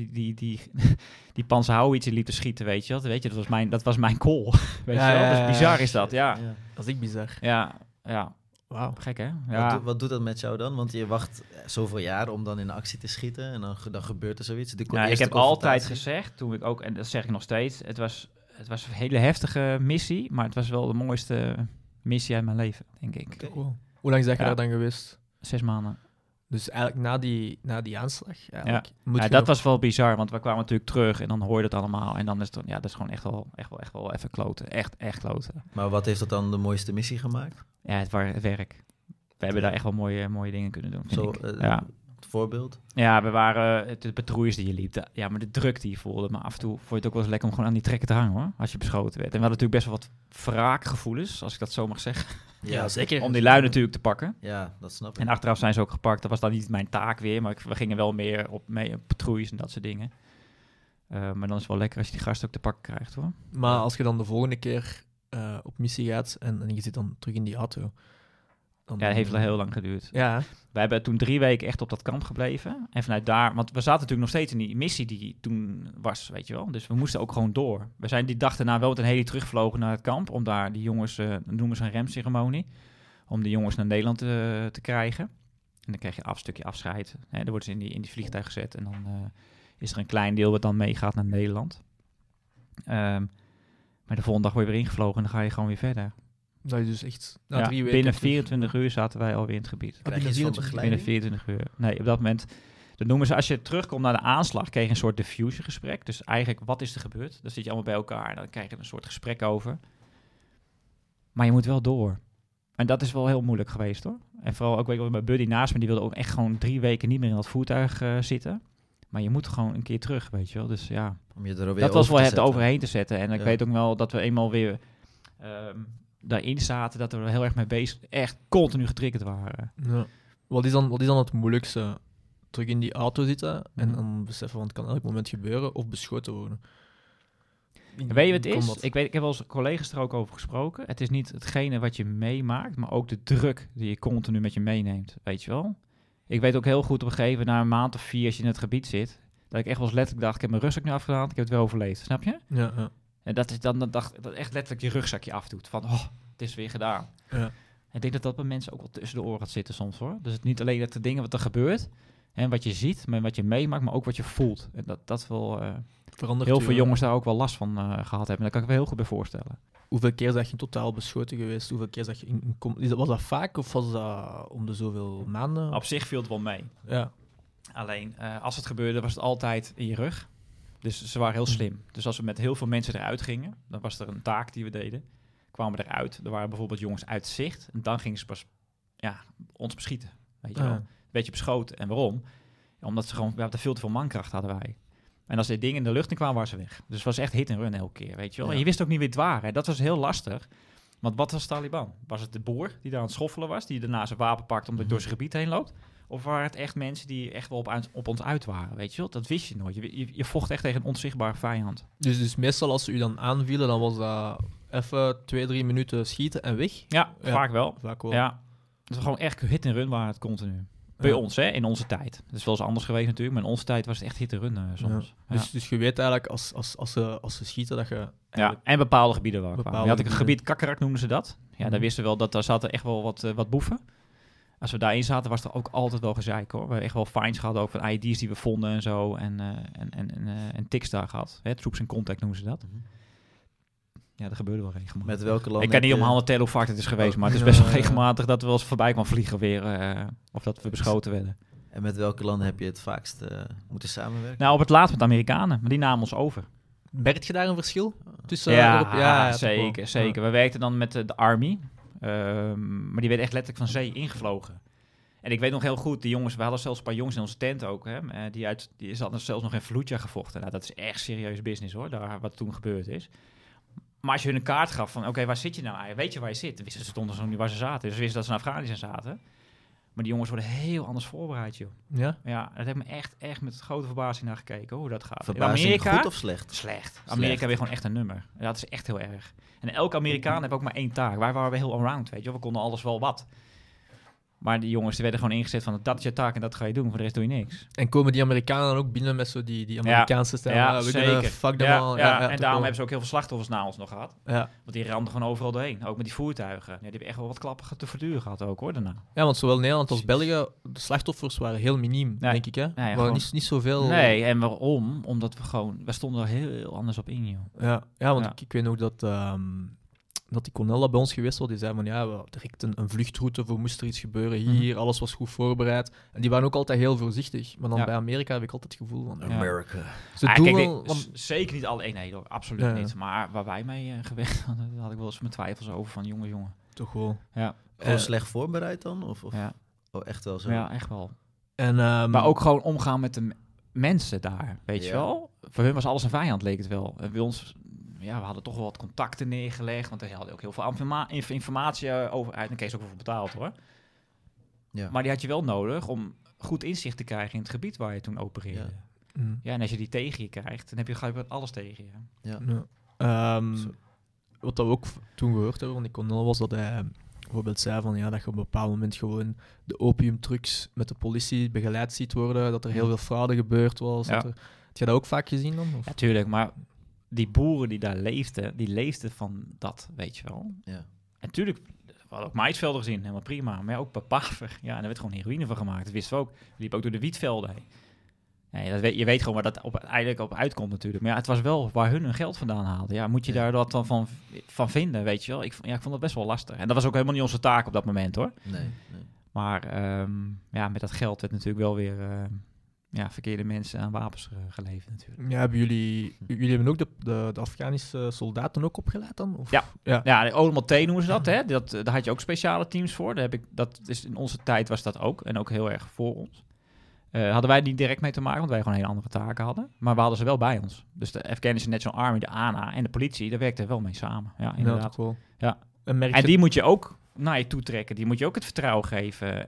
Die Panzerhaubitz liep te schieten, weet je wel. Dat was mijn call. Weet je wel? Dus bizar is dat, ja. Dat is echt bizar. Ja. Wauw. Gek, hè? Ja. Wat doet dat met jou dan? Want je wacht zoveel jaar om dan in actie te schieten en dan gebeurt er zoiets. De Nou, ik eerste heb altijd confrontatie. gezegd, toen ik ook, en dat zeg ik nog steeds, het was een hele heftige missie, maar het was wel de mooiste missie uit mijn leven, denk ik. Oké. Cool. Hoe lang zijn je Ja. daar dan geweest? 6 maanden. Dus eigenlijk na die aanslag, eigenlijk, moet Ja, je dat nog- was wel bizar, want we kwamen natuurlijk terug en dan hoor je dat allemaal. En dan is het, dat is gewoon echt wel even kloten. Echt kloten. Maar wat heeft dat dan de mooiste missie gemaakt? Ja, het werk. We hebben daar echt wel mooie dingen kunnen doen, vind Zo, ik. Ja. het voorbeeld? Ja, we waren de patrouilles die je liep. Ja, maar de druk die je voelde. Maar af en toe vond je het ook wel eens lekker om gewoon aan die trekken te hangen, hoor. Als je beschoten werd. En we hadden natuurlijk best wel wat wraakgevoelens, als ik dat zo mag zeggen. Ja, zeker. Om die lui natuurlijk te pakken. Ja, dat snap ik. En achteraf zijn ze ook gepakt. Dat was dan niet mijn taak weer. Maar we gingen wel meer mee op patrouilles en dat soort dingen. Maar dan is het wel lekker als je die gasten ook te pakken krijgt, hoor. Maar als je dan de volgende keer op missie gaat en je zit dan terug in die auto... Dan, Ja, dat heeft wel heel lang geduurd. Ja, Wij hebben toen 3 weken echt op dat kamp gebleven. En vanuit daar... Want we zaten natuurlijk nog steeds in die missie die toen was, weet je wel. Dus we moesten ook gewoon door. We zijn die dag daarna wel met een heli teruggevlogen naar het kamp. Om daar die jongens... noemen ze een remceremonie. Om die jongens naar Nederland te krijgen. En dan krijg je een stukje afscheid. Hè, dan worden ze in die vliegtuig gezet. En dan is er een klein deel wat dan meegaat naar Nederland. Maar de volgende dag word je weer ingevlogen. En dan ga je gewoon weer verder. dat is dus echt... Na Ja, 3 weken binnen terug. 24 uur zaten wij alweer in het gebied. Krijg je iets van begeleiding? Binnen 24 uur. Nee, op dat moment... Dat noemen ze, als je terugkomt naar de aanslag, kreeg je een soort diffusion gesprek. Dus eigenlijk, wat is er gebeurd? Dan zit je allemaal bij elkaar en dan krijg je een soort gesprek over. Maar je moet wel door. En dat is wel heel moeilijk geweest, hoor. En vooral ook, weet ik wel, mijn buddy naast me, die wilde ook echt gewoon 3 weken niet meer in dat voertuig zitten. Maar je moet gewoon een keer terug, weet je wel. Dus ja, Om je er weer dat was over wel te het zetten. overheen te zetten. En ik Ja. weet ook wel dat we eenmaal weer daarin zaten, dat we er heel erg mee bezig, echt continu getriggerd waren. Ja. Wat is dan het moeilijkste? Terug in die auto zitten en Mhm. dan beseffen van het kan elk moment gebeuren of beschoten worden. Weet je wat het is? Combat. Ik heb wel eens collega's er ook over gesproken. Het is niet hetgene wat je meemaakt, maar ook de druk die je continu met je meeneemt, weet je wel? Ik weet ook heel goed op een gegeven moment, na een maand of 4 als je in het gebied zit, dat ik echt wel eens letterlijk dacht, ik heb mijn rugzak nu afgedaan, ik heb het wel overleefd, snap je? Ja, ja. En dat is dan dat echt letterlijk je rugzakje afdoet, van oh, het is weer gedaan. Ja. Ik denk dat dat bij mensen ook wel tussen de oren gaat zitten soms, hoor. Dus het niet alleen dat de dingen wat er gebeurt en wat je ziet, maar wat je meemaakt, maar ook wat je voelt. En dat wil Verandert heel je, veel jongens daar ook wel last van gehad hebben. Daar kan ik me heel goed bij voorstellen. Hoeveel keer zag je in totaal beschoten geweest? Hoeveel keer zag je was dat vaak of was dat om de zoveel maanden? Op zich viel het wel mee. Ja. Alleen, als het gebeurde, was het altijd in je rug. Dus ze waren heel slim. Dus als we met heel veel mensen eruit gingen, dan was er een taak die we deden. Kwamen we eruit. Er waren bijvoorbeeld jongens uit zicht. En dan gingen ze pas ons beschieten. Weet je wel. Een beetje beschoten. En waarom? Omdat we hadden veel te veel mankracht hadden wij. En als die dingen in de lucht in kwamen, waren ze weg. Dus het was echt hit en run elke keer, weet je wel. Ja. En je wist ook niet wie het waren. Dat was heel lastig. Want wat was Taliban? Was het de boer die daar aan het schoffelen was, die daarna zijn wapen pakt omdat hij door zijn gebied heen loopt? Of waren het echt mensen die echt wel op ons uit waren, weet je wel? Dat wist je nooit. Je vocht echt tegen een onzichtbare vijand. Dus meestal als ze u dan aanvielen, dan was dat even 2-3 minuten schieten en weg? Ja, vaak wel. Vaak wel. Ja, het was gewoon echt hit en run waren het continu. Bij ons, hè, in onze tijd. Het is wel eens anders geweest natuurlijk, maar in onze tijd was het echt hit en run soms. Ja. Dus je weet eigenlijk, als ze schieten, dat je... Ja, en bepaalde gebieden waar kwamen. Je had een gebied, Kakkerak noemden ze dat. Ja, daar wisten we wel dat daar zaten echt wel wat boeven. Als we daarin zaten, was er ook altijd wel gezeik, hoor. We hebben echt wel finds gehad, ook van ID's die we vonden en zo. En tics daar gehad. Hè, troops in contact noemen ze dat. Ja, dat gebeurde wel regelmatig. Met welke landen? Ik kan niet om handen tellen hoe vaak het is geweest, maar het is best wel regelmatig dat we wel eens voorbij kwam vliegen weer. Of dat we beschoten werden. En met welke landen heb je het vaakst moeten samenwerken? Nou, op het laatst met de Amerikanen, maar die namen ons over. Merk je daar een verschil tussen? Zeker. We werkten dan met de Army, maar die werd echt letterlijk van zee ingevlogen. En ik weet nog heel goed, die jongens, we hadden zelfs een paar jongens in onze tent ook, hè, die hadden zelfs nog in Fallujah gevochten. Nou, dat is echt serieus business, hoor, daar, wat toen gebeurd is. Maar als je hun een kaart gaf van, oké, waar zit je nou eigenlijk? Weet je waar je zit? Dan wisten ze stonden zo niet waar ze zaten. Dus ze wisten dat ze in Afghanistan zaten. Maar die jongens worden heel anders voorbereid, joh. Ja? Ja, dat heb ik me echt met grote verbazing naar gekeken, hoe dat gaat. Verbazing, in Amerika, goed of slecht? Slecht. Amerika weer gewoon echt een nummer. Ja, dat is echt heel erg. En elke Amerikaan heeft ook maar één taak. Wij waren heel allround, weet je. We konden alles wel wat. Maar die jongens die werden gewoon ingezet van, dat is je taak en dat ga je doen. Voor de rest doe je niks. En komen die Amerikanen dan ook binnen met zo die Amerikaanse stijl? Ja, zeker. Fuck them all. Ja, en daarom hebben ze ook heel veel slachtoffers na ons nog gehad. Ja. Want die ramden gewoon overal doorheen. Ook met die voertuigen. Ja, die hebben echt wel wat klappen te verduren gehad ook, hoor, daarna. Ja, want zowel Nederland als België, de slachtoffers waren heel miniem, denk ik, hè? Nee, waren niet zoveel... Nee, en waarom? Omdat we stonden er heel anders op in, joh. Ja, want ik weet nog dat die kolonel dat bij ons geweest was, die zei van we hadden direct een vluchtroute voor moest er iets gebeuren hier, alles was goed voorbereid. En die waren ook altijd heel voorzichtig. Maar dan bij Amerika heb ik altijd het gevoel van... America. Zeker niet alle eenheden, hoor. Absoluut niet. Maar waar wij mee gewerkt hadden, daar had ik wel eens mijn twijfels over van jongen. Toch wel. Ja. Gewoon slecht voorbereid dan? Of ja. Oh, echt wel zo? Ja, echt wel. En, maar ook gewoon omgaan met de mensen daar, weet je wel? Voor hun was alles een vijand, leek het wel. En bij ons... Ja, we hadden toch wel wat contacten neergelegd, want hij had ook heel veel informatie over uit. En Kees ook voor betaald, hoor. Ja. Maar die had je wel nodig om goed inzicht te krijgen in het gebied waar je toen opereerde. Ja, en als je die tegen je krijgt, dan heb je gelijk alles tegen je. Ja. Wat we ook toen gehoord hebben van die kolonel was dat hij bijvoorbeeld zei van dat je op een bepaald moment gewoon de opiumtrucks met de politie begeleid ziet worden, dat er heel veel fraude gebeurd was. Ja. Had je dat ook vaak gezien dan? Of? Ja, tuurlijk, maar die boeren die daar leefden, die leefden van dat, weet je wel. Ja. En natuurlijk, we hadden ook maïsvelden gezien, helemaal prima. Maar ook papaver. Ja, en daar werd gewoon heroïne van gemaakt. Dat wisten we ook. We liepen ook door de wietvelden heen. Nee, je weet gewoon waar dat eigenlijk op uitkomt natuurlijk. Maar ja, het was wel waar hun geld vandaan haalden. Ja, moet je daar wat dan van vinden, weet je wel? Ik vond dat best wel lastig. En dat was ook helemaal niet onze taak op dat moment, hoor. Nee. Maar met dat geld werd natuurlijk wel weer... verkeerde mensen aan wapens geleverd natuurlijk. Ja, jullie hebben ook de Afghanische soldaten ook opgeleid dan? Of? Ja, de OMT noemen ze dat, hè. Daar had je ook speciale teams voor. Dat is in onze tijd was dat ook. En ook heel erg voor ons. Hadden wij niet direct mee te maken, want wij gewoon hele andere taken hadden. Maar we hadden ze wel bij ons. Dus de Afghanische National Army, de ANA en de politie, daar werkten wel mee samen. Ja, inderdaad. Ja, cool. Ja. En die moet je ook naar je toe trekken. Die moet je ook het vertrouwen geven.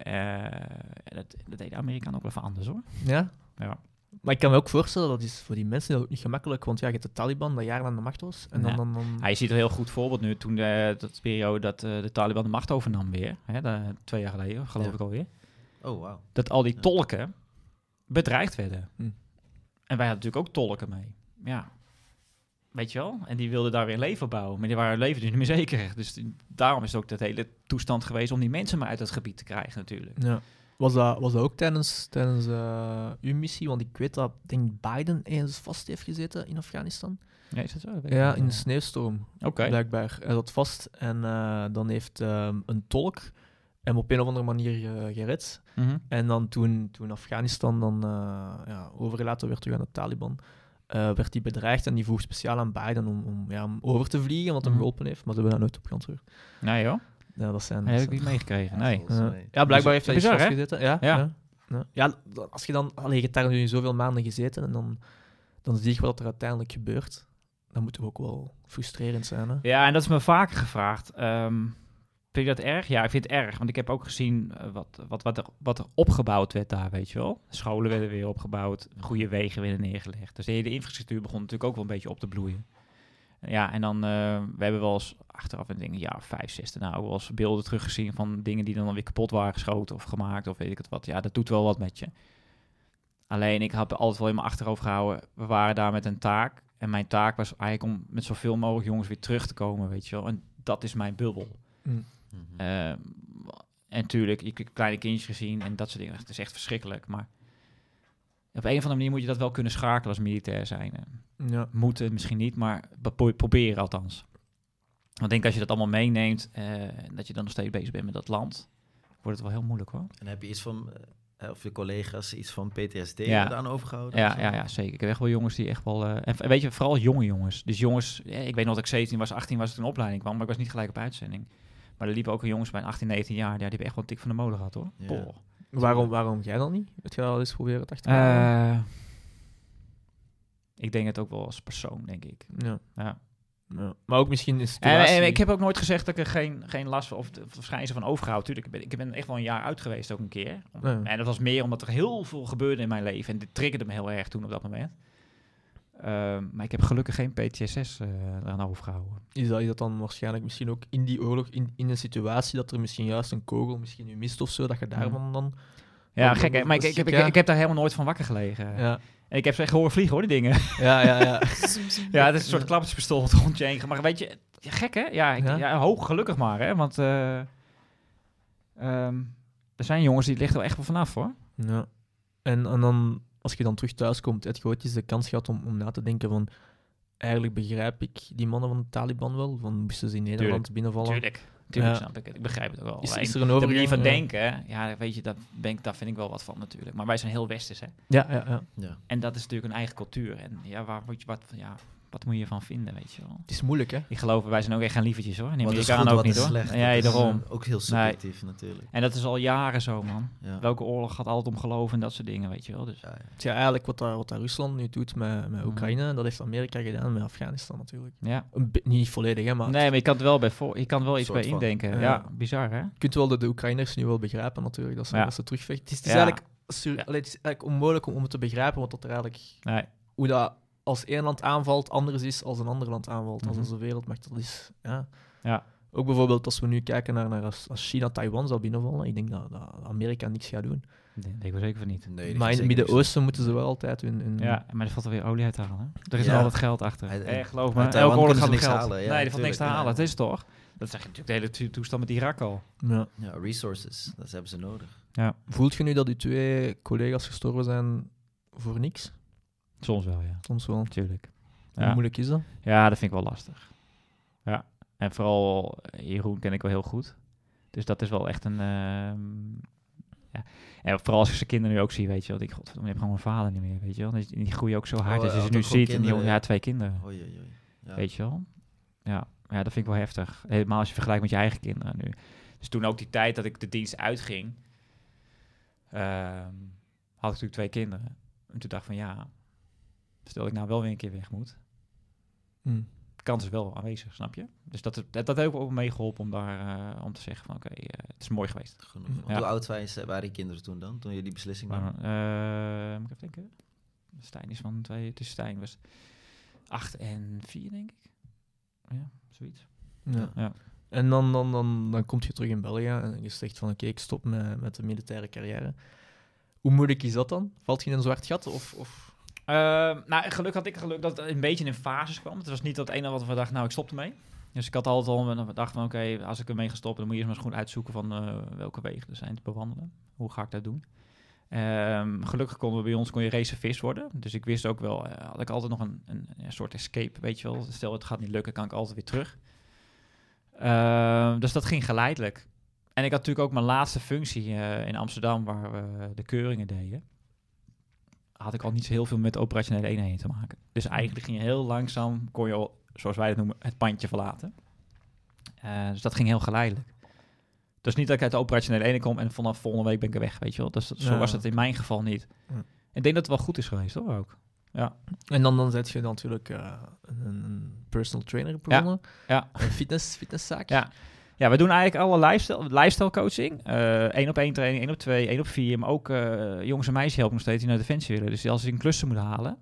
Dat deed de Amerikanen ook wel even anders, hoor. Ja? Ja. Maar ik kan me ook voorstellen, dat is voor die mensen ook niet gemakkelijk, want je hebt de Taliban dat jaren aan de macht was. En dan... Ja, je ziet een heel goed voorbeeld nu, toen dat periode dat de Taliban de macht overnam weer. Hè, 2 jaar geleden, geloof ik alweer. Oh, wow. Dat al die tolken bedreigd werden. En wij hadden natuurlijk ook tolken mee. Ja, weet je wel? En die wilden daar weer een leven bouwen. Maar die waren hun leven dus niet meer zeker. Dus daarom is het ook dat hele toestand geweest om die mensen maar uit het gebied te krijgen natuurlijk. Ja. Was dat ook tijdens uw missie? Want ik weet dat Biden eens vast heeft gezeten in Afghanistan. Ja, is dat zo? Dat weet ik Ja, niet. in de sneeuwstorm, Oké. blijkbaar. Hij zat vast en dan heeft een tolk hem op een of andere manier gered. Mhm. En dan toen Afghanistan dan overgelaten werd aan de Taliban, werd hij bedreigd en die vroeg speciaal aan Biden om hem over te vliegen, wat hem Mhm. geholpen heeft. Maar ze hebben daar nooit op geantwoord. Nee joh, Ja, dat zijn... dat heb ik niet meegekregen. Nee. volgens mij. Ja, blijkbaar heeft hij iets Bizar, hè? vastgezeten. Ja, Ja. ja, als je dan... Allee, je hebt daar nu zoveel maanden gezeten en dan zie je wat er uiteindelijk gebeurt. Dat moet toch ook wel frustrerend zijn, hè? Ja, en dat is me vaker gevraagd. Vind je dat erg? Ja, ik vind het erg. Want ik heb ook gezien wat er opgebouwd werd daar, weet je wel. Scholen werden weer opgebouwd, goede wegen werden neergelegd. Dus de hele infrastructuur begon natuurlijk ook wel een beetje op te bloeien. Ja, en dan, we hebben wel eens achteraf, ik denk, ja, 5, 6, nou, wel eens beelden teruggezien van dingen die dan weer kapot waren geschoten of gemaakt of weet ik het wat. Ja, dat doet wel wat met je. Alleen, ik heb altijd wel in mijn achterhoofd gehouden, we waren daar met een taak. En mijn taak was eigenlijk om met zoveel mogelijk jongens weer terug te komen, weet je wel. En dat is mijn bubbel. Mm. Mhm. En natuurlijk, ik heb kleine kindjes gezien en dat soort dingen. Het is echt verschrikkelijk, maar op een of andere manier moet je dat wel kunnen schakelen als militair zijn. Ja. Moeten misschien niet, maar proberen althans. Want ik denk als je dat allemaal meeneemt en dat je dan nog steeds bezig bent met dat land, wordt het wel heel moeilijk hoor. En heb je iets van, of je collega's iets van PTSD Ja. aan overgehouden? Ja, of zo? ja, zeker. Ik heb echt wel jongens die echt wel... en weet je, vooral jonge jongens. Dus jongens, ik weet nog dat ik 17 was, 18 was toen in opleiding kwam, maar ik was niet gelijk op uitzending. Maar er liepen ook jongens bij 18, 19 jaar, ja, die hebben echt wel een tik van de molen gehad hoor. Ja. Boah. Waarom jij dan niet? Heb je al eens proberen te achterhalen? Ik denk het ook wel als persoon, denk ik. Ja. Ja. Ja. Maar ook misschien is En ik heb ook nooit gezegd dat ik er geen last of verschijnsel van overgehouden. Tuurlijk, ik ben echt wel een jaar uit geweest ook een keer. Ja. En dat was meer omdat er heel veel gebeurde in mijn leven. En dit triggerde me heel erg toen op dat moment. Maar ik heb gelukkig geen PTSS eraan overgehouden. Is dat dan waarschijnlijk misschien ook in die oorlog, in een situatie dat er misschien juist een kogel misschien u mist of zo, dat je daarvan dan... Ja, Dan- gek hè? Maar dat is- ik heb daar helemaal nooit van wakker gelegen. Ja, En ik heb ze echt horen vliegen hoor, die dingen. ja. Ja, het is een soort klappertjespistool wat rond je heen gaat. Maar weet je, ja, gek hè? Ja, Ja. hoog gelukkig maar hè. Want er zijn jongens die liggen er echt wel vanaf hoor. Ja. En dan, als je dan terug thuis komt, heb je ooit eens de kans gehad om na te denken van... Eigenlijk begrijp ik die mannen van de Taliban wel. Van moesten ze in Nederland binnenvallen? Tuurlijk Ja. snap ik het. Ik begrijp het ook wel. Is Alleen, er een de overgang? manier van Ja. denken, ja, weet je, daar vind ik wel wat van natuurlijk. Maar wij zijn heel westers, hè. Ja. Ja. En dat is natuurlijk een eigen cultuur. En ja, wat moet je van vinden, weet je wel. Het is moeilijk, hè? Ik geloof, wij zijn ook echt geen lievertjes, hoor. En die Wat is Amerikanen goed, ook wat niet, is hoor. slecht. Ja, Dat is, daarom. ook heel subjectief natuurlijk. En dat is al jaren zo, man. Ja. Welke oorlog gaat altijd om geloof en dat soort dingen, weet je wel. Dus, Ja, ja. Ja, eigenlijk wat dat Rusland nu doet met Oekraïne, dat heeft Amerika gedaan met Afghanistan natuurlijk. ja. Niet volledig, hè, maar Nee, maar je kan het wel je kan wel iets Soort bij van. indenken. Ja. Ja, bizar, hè? je kunt wel de Oekraïners nu wel begrijpen natuurlijk, dat ze terugvechten. Het is Ja. eigenlijk, Ja. het is eigenlijk onmogelijk om het te begrijpen, want dat er eigenlijk... Nee. Hoe dat als één land aanvalt, anders is als een ander land aanvalt. Als Mhm. onze wereldmacht, dat is... Ja. Ja. Ook bijvoorbeeld als we nu kijken naar als China Taiwan zou binnenvallen, ik denk dat Amerika niks gaat doen. Dat denk ik wel zeker van niet. Nee, die Maar gaat in het zeker Midden-Oosten moeten ze wel altijd hun... Ja, maar er valt er weer olie uit te halen. Hè? Er is Ja. altijd geld achter. Hij- geloof me. uit Taiwan Elke oorlog kunnen gaat ze om niks geld. halen, ja, Nee, er valt niks te tuurlijk, halen. ja. Dat is toch? Dat zeg je natuurlijk de hele toestand met Irak al. Ja. Ja, resources, dat hebben ze nodig. Voelt je nu dat die twee collega's gestorven zijn voor niks? Soms wel, ja. Soms wel. Natuurlijk. Hoe Ja. moeilijk is dat? Ja, dat vind ik wel lastig. Ja. En vooral Jeroen ken ik wel heel goed. Dus dat is wel echt een... ja. En vooral als ik zijn kinderen nu ook zie, weet je wel. Ik godverdomme, je hebt gewoon een vader niet meer, weet je wel. Die groeien ook zo hard. Oh, als je hij ze had nu ook gewoon ziet. En kinderen. ja, 2 kinderen. Oei, oei, oei. Ja. Weet je wel. Ja, dat vind ik wel heftig. Helemaal als je vergelijkt met je eigen kinderen nu. Dus toen ook die tijd dat ik de dienst uitging... had ik natuurlijk 2 kinderen. En toen dacht ik van ja... Stel ik nou wel weer een keer weg moet... Hm. De kans is wel aanwezig, snap je? Dus dat heeft ook meegeholpen om daar om te zeggen van oké, het is mooi geweest. Genoeg. Ja. Want hoe oud waren die kinderen toen dan? Toen je die beslissing nam? Maar, moet ik even denken. Stijn is van 2, dus Stijn was 8 en 4 denk ik. Ja, zoiets. Ja. Ja. En dan kom je terug in België en je zegt van oké, ik stop met de militaire carrière. Hoe moeilijk is dat dan? Valt je in een zwart gat? Of... Nou, had ik geluk dat het een beetje in fases kwam. Het was niet dat ene wat we dachten, nou, ik stop ermee. Dus ik had altijd al gedacht van, oké, als ik ermee ga stoppen, dan moet je eerst maar eens goed uitzoeken van welke wegen er zijn te bewandelen. Hoe ga ik dat doen? Gelukkig kon je reservist worden. Dus ik wist ook wel, had ik altijd nog een soort escape, weet je wel. Stel het gaat niet lukken, kan ik altijd weer terug. Dus dat ging geleidelijk. En ik had natuurlijk ook mijn laatste functie in Amsterdam, waar we de keuringen deden. Had ik al niet zo heel veel met operationele eenheden te maken. Dus eigenlijk ging je heel langzaam, kon je al, zoals wij het noemen, het pandje verlaten. Dus dat ging heel geleidelijk. Dus niet dat ik uit de operationele eenheid kom en vanaf volgende week ben ik er weg, weet je wel. Dus zo was het in mijn geval niet. Ja. Ik denk dat het wel goed is geweest, hoor, ook. Ja. En dan zet je natuurlijk een personal trainer begonnen. Ja. Een fitnesszaak. Ja, we doen eigenlijk alle lifestyle coaching. 1-op-1 training, 1-op-2, 1-op-4. Maar ook jongens en meisjes helpen nog steeds die naar Defensie willen. Dus als ze een cluster moeten halen.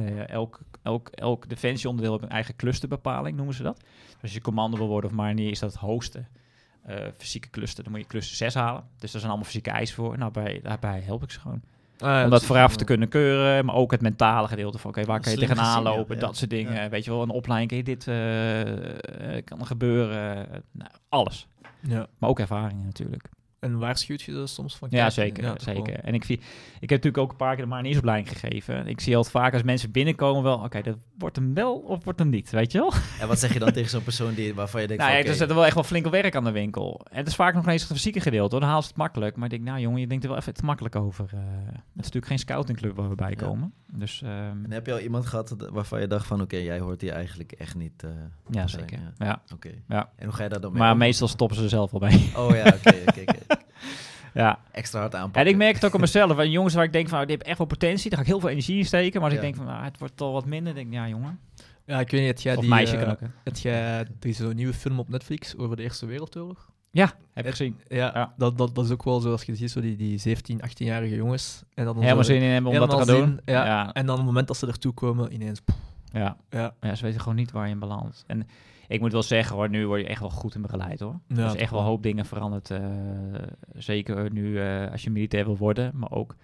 Elk Defensie-onderdeel heeft een eigen clusterbepaling, noemen ze dat. Dus als je commando wil worden of marinier, is dat het hoogste fysieke cluster. Dan moet je cluster 6 halen. Dus daar zijn allemaal fysieke eisen voor. Nou, daarbij help ik ze gewoon. Om dat vooraf te kunnen keuren, maar ook het mentale gedeelte van waar kan je tegenaan lopen, dat soort dingen. Ja. Weet je wel, een opleiding, kan je dit kan er gebeuren, alles. Ja. Maar ook ervaringen natuurlijk. En waarschuwt je er soms van? Ja, zeker. Ja, zeker. En ik heb natuurlijk ook een paar keer de mariniersopleiding gegeven. Ik zie altijd vaak als mensen binnenkomen wel, oké, dat wordt hem wel of wordt hem niet, weet je wel? En wat zeg je dan tegen zo'n persoon waarvan je denkt nou, er zit er wel echt wel flink werk aan de winkel. En het is vaak nog eens het fysieke gedeelte, hoor. Dan haal ze het makkelijk. Maar ik denk, nou jongen, je denkt er wel even te makkelijk over. Het is natuurlijk geen scoutingclub waar we bij komen. Dus, en heb je al iemand gehad waarvan je dacht van, oké, jij hoort hier eigenlijk echt niet ja, zeker. Ja. Oké. Ja. En hoe ga je daar dan mee? Maar meestal stoppen ze er zelf wel bij. Oh ja, oké. Ja. Extra hard aanpakken. En ik merk het ook aan mezelf. En jongens waar ik denk van, die hebben echt wel potentie. Daar ga ik heel veel energie in steken. Maar als ik denk van, het wordt al wat minder. denk ik, ja jongen. Ja, ik weet niet, of meisje kan ook. Er is zo'n nieuwe film op Netflix over de Eerste Wereldoorlog. Ja, heb ik gezien. Ja. Dat is ook wel zo, als je ziet, zo die 17, 18-jarige jongens. En dat helemaal zin in hebben om dat te gaan doen. Ja. En dan op het moment dat ze ertoe komen, ineens... Ja, ze weten gewoon niet waar je in belandt. En ik moet wel zeggen, hoor, nu word je echt wel goed in begeleid, hoor. Ja, er is echt wel een hoop dingen veranderd. Zeker nu als je militair wil worden, maar ook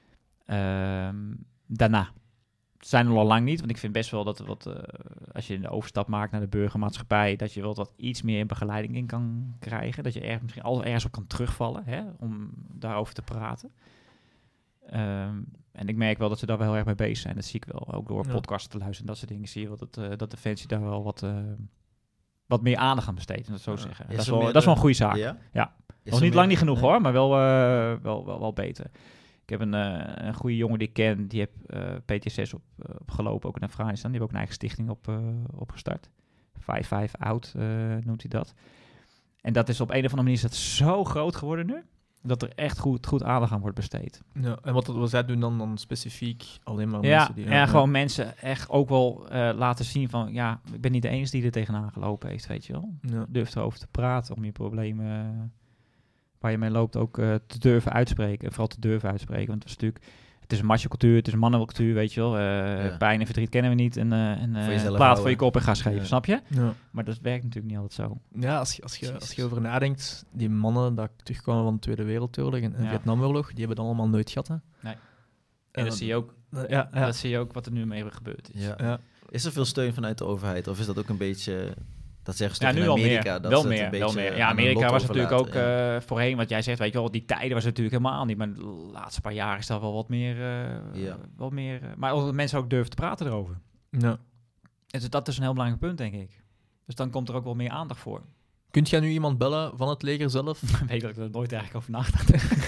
daarna. Het zijn er al lang niet, want ik vind best wel dat als je de overstap maakt naar de burgermaatschappij, dat je wel wat iets meer begeleiding in kan krijgen. Dat je misschien altijd ergens op kan terugvallen, hè, om daarover te praten. En ik merk wel dat ze daar wel heel erg mee bezig zijn. Dat zie ik wel. Ook door podcasts te luisteren en dat soort dingen zie je wel dat Defensie daar wel wat meer aandacht aan besteedt. Dat zo zeggen. Dat is wel een goede zaak. Ja. Nog niet lang niet genoeg, hoor, maar wel beter. Ik heb een goede jongen die ik ken, die heeft PTSS opgelopen, ook in Afghanistan. Die heeft ook een eigen stichting opgestart. 5 Out noemt hij dat. En dat is op een of andere manier is dat zo groot geworden nu, dat er echt goed aandacht aan wordt besteed. Ja, en wat zij doen dan specifiek alleen maar mensen die... gewoon mensen echt ook wel laten zien van, ja, ik ben niet de enige die er tegenaan gelopen heeft, weet je wel. Ja. Durf erover te praten om je problemen waar je mee loopt ook te durven uitspreken. En vooral te durven uitspreken, want het is een macho-cultuur, het is een mannencultuur, weet je wel. Pijn en verdriet kennen we niet. En plaat voor je kop en ga schrijven, snap je? Ja. Maar dat werkt natuurlijk niet altijd zo. Ja, als je over nadenkt, die mannen die terugkwamen van de Tweede Wereldoorlog en Vietnamoorlog, die hebben dat allemaal nooit gehad, hè? Nee. En dat zie je ook. Dat zie je ook wat er nu mee gebeurd is. Ja. Is er veel steun vanuit de overheid? Of is dat ook een beetje... Dat zeggen ze nu in Amerika. Wel meer. Ja, Amerika was natuurlijk ook voorheen, wat jij zegt, weet je wel, die tijden was natuurlijk helemaal niet. Maar de laatste paar jaar is daar wel wat meer... maar als mensen ook durven te praten erover. Ja. En dat is een heel belangrijk punt, denk ik. Dus dan komt er ook wel meer aandacht voor. Kunt jij nu iemand bellen van het leger zelf? Weet dat ik er nooit eigenlijk over nagedacht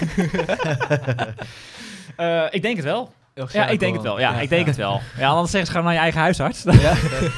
ik denk het wel. Ik denk het wel. Ja, ik denk het wel. Ja, anders zeggen ze gewoon naar je eigen huisarts. Ja.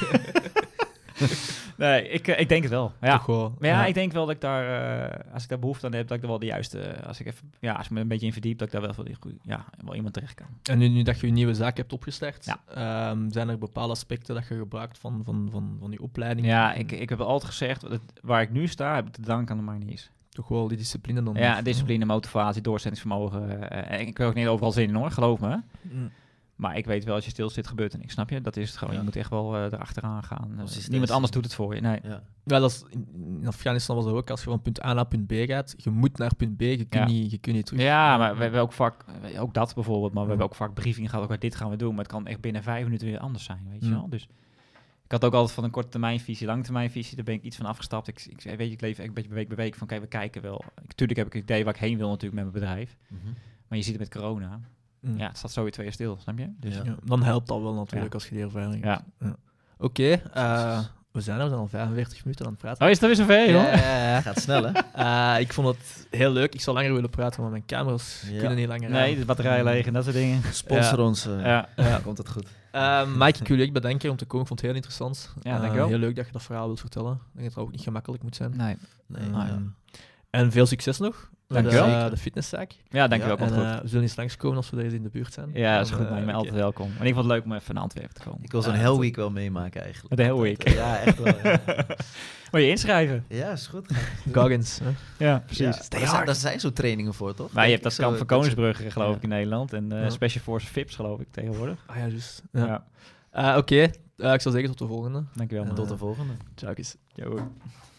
Nee, ik denk het wel. Ja. Toch wel. Maar ik denk wel dat ik daar, als ik daar behoefte aan heb, dat ik er wel de juiste, als ik me een beetje in verdiep, dat ik daar wel iemand terecht kan. En nu dat je een nieuwe zaak hebt opgestart, zijn er bepaalde aspecten dat je gebruikt van die opleiding? Ja, ik heb altijd gezegd, waar ik nu sta, heb ik te danken aan de mariniers. Toch wel die discipline dan? Ja, discipline, motivatie, doorzettingsvermogen. En ik heb ook niet overal zin in, hoor, geloof me. Maar ik weet wel, als je stil zit, gebeurt er niks, snap je? Dat is het gewoon. Je moet echt wel erachteraan gaan. Niemand anders doet het voor je, nee. Ja, dat is, in Afghanistan was dat ook. Als je van punt A naar punt B gaat, je moet naar punt B, je kunt niet terug. Ja, maar we hebben ook vaak, ook dat bijvoorbeeld, maar we hebben ook vaak briefingen gehad, ook dit gaan we doen, maar het kan echt binnen 5 minuten weer anders zijn, weet je wel? Dus ik had ook altijd van een korte termijnvisie, lange termijnvisie, daar ben ik iets van afgestapt. Ik leef echt een beetje week bij week van, oké, we kijken wel. Tuurlijk heb ik een idee waar ik heen wil natuurlijk met mijn bedrijf. Maar je ziet het met corona. Ja, het staat zo weer 2 jaar stil, snap je? Dus, Ja, dan helpt dat wel natuurlijk als je die ervaring hebt. Ja. Oké, we zijn al 45 minuten aan het praten. Oh, is dat weer zover, joh? Ja. Gaat snel, hè? Ik vond het heel leuk. Ik zou langer willen praten, maar mijn camera's kunnen niet langer Nee, aan. de batterij leeg en dat soort dingen. Sponsor ons. Ja. Komt het goed. Mike, ik wil je ook bedanken om te komen. Ik vond het heel interessant. Ja, dankjewel. Heel leuk dat je dat verhaal wilt vertellen. Ik denk dat het ook niet gemakkelijk moet zijn. Nee. En veel succes nog met Dankjewel. de fitnesszaak. Ja, dankjewel. En Komt goed. we zullen eens langskomen als we er eens in de buurt zijn. Ja, dat is Dan, goed. Maar je bent altijd welkom. En ik vond het leuk om even naar Antwerpen te komen. Ik wil zo'n Hell Week wel meemaken eigenlijk. De Hell Week. Ja, echt wel. Ja, Moet je inschrijven? ja is goed. Goggins. Hè? Ja, precies. Ja, daar zijn zo trainingen voor, toch? Maar je hebt dat Zo- kamp van Koningsbrugge, geloof ik, in Nederland. En Ja. Special Force Vips, geloof ik, tegenwoordig. Ah ja, juist. Ja. Oké, ik zou zeggen tot de volgende. Dankjewel. En man. tot de volgende. Ciao. Yo.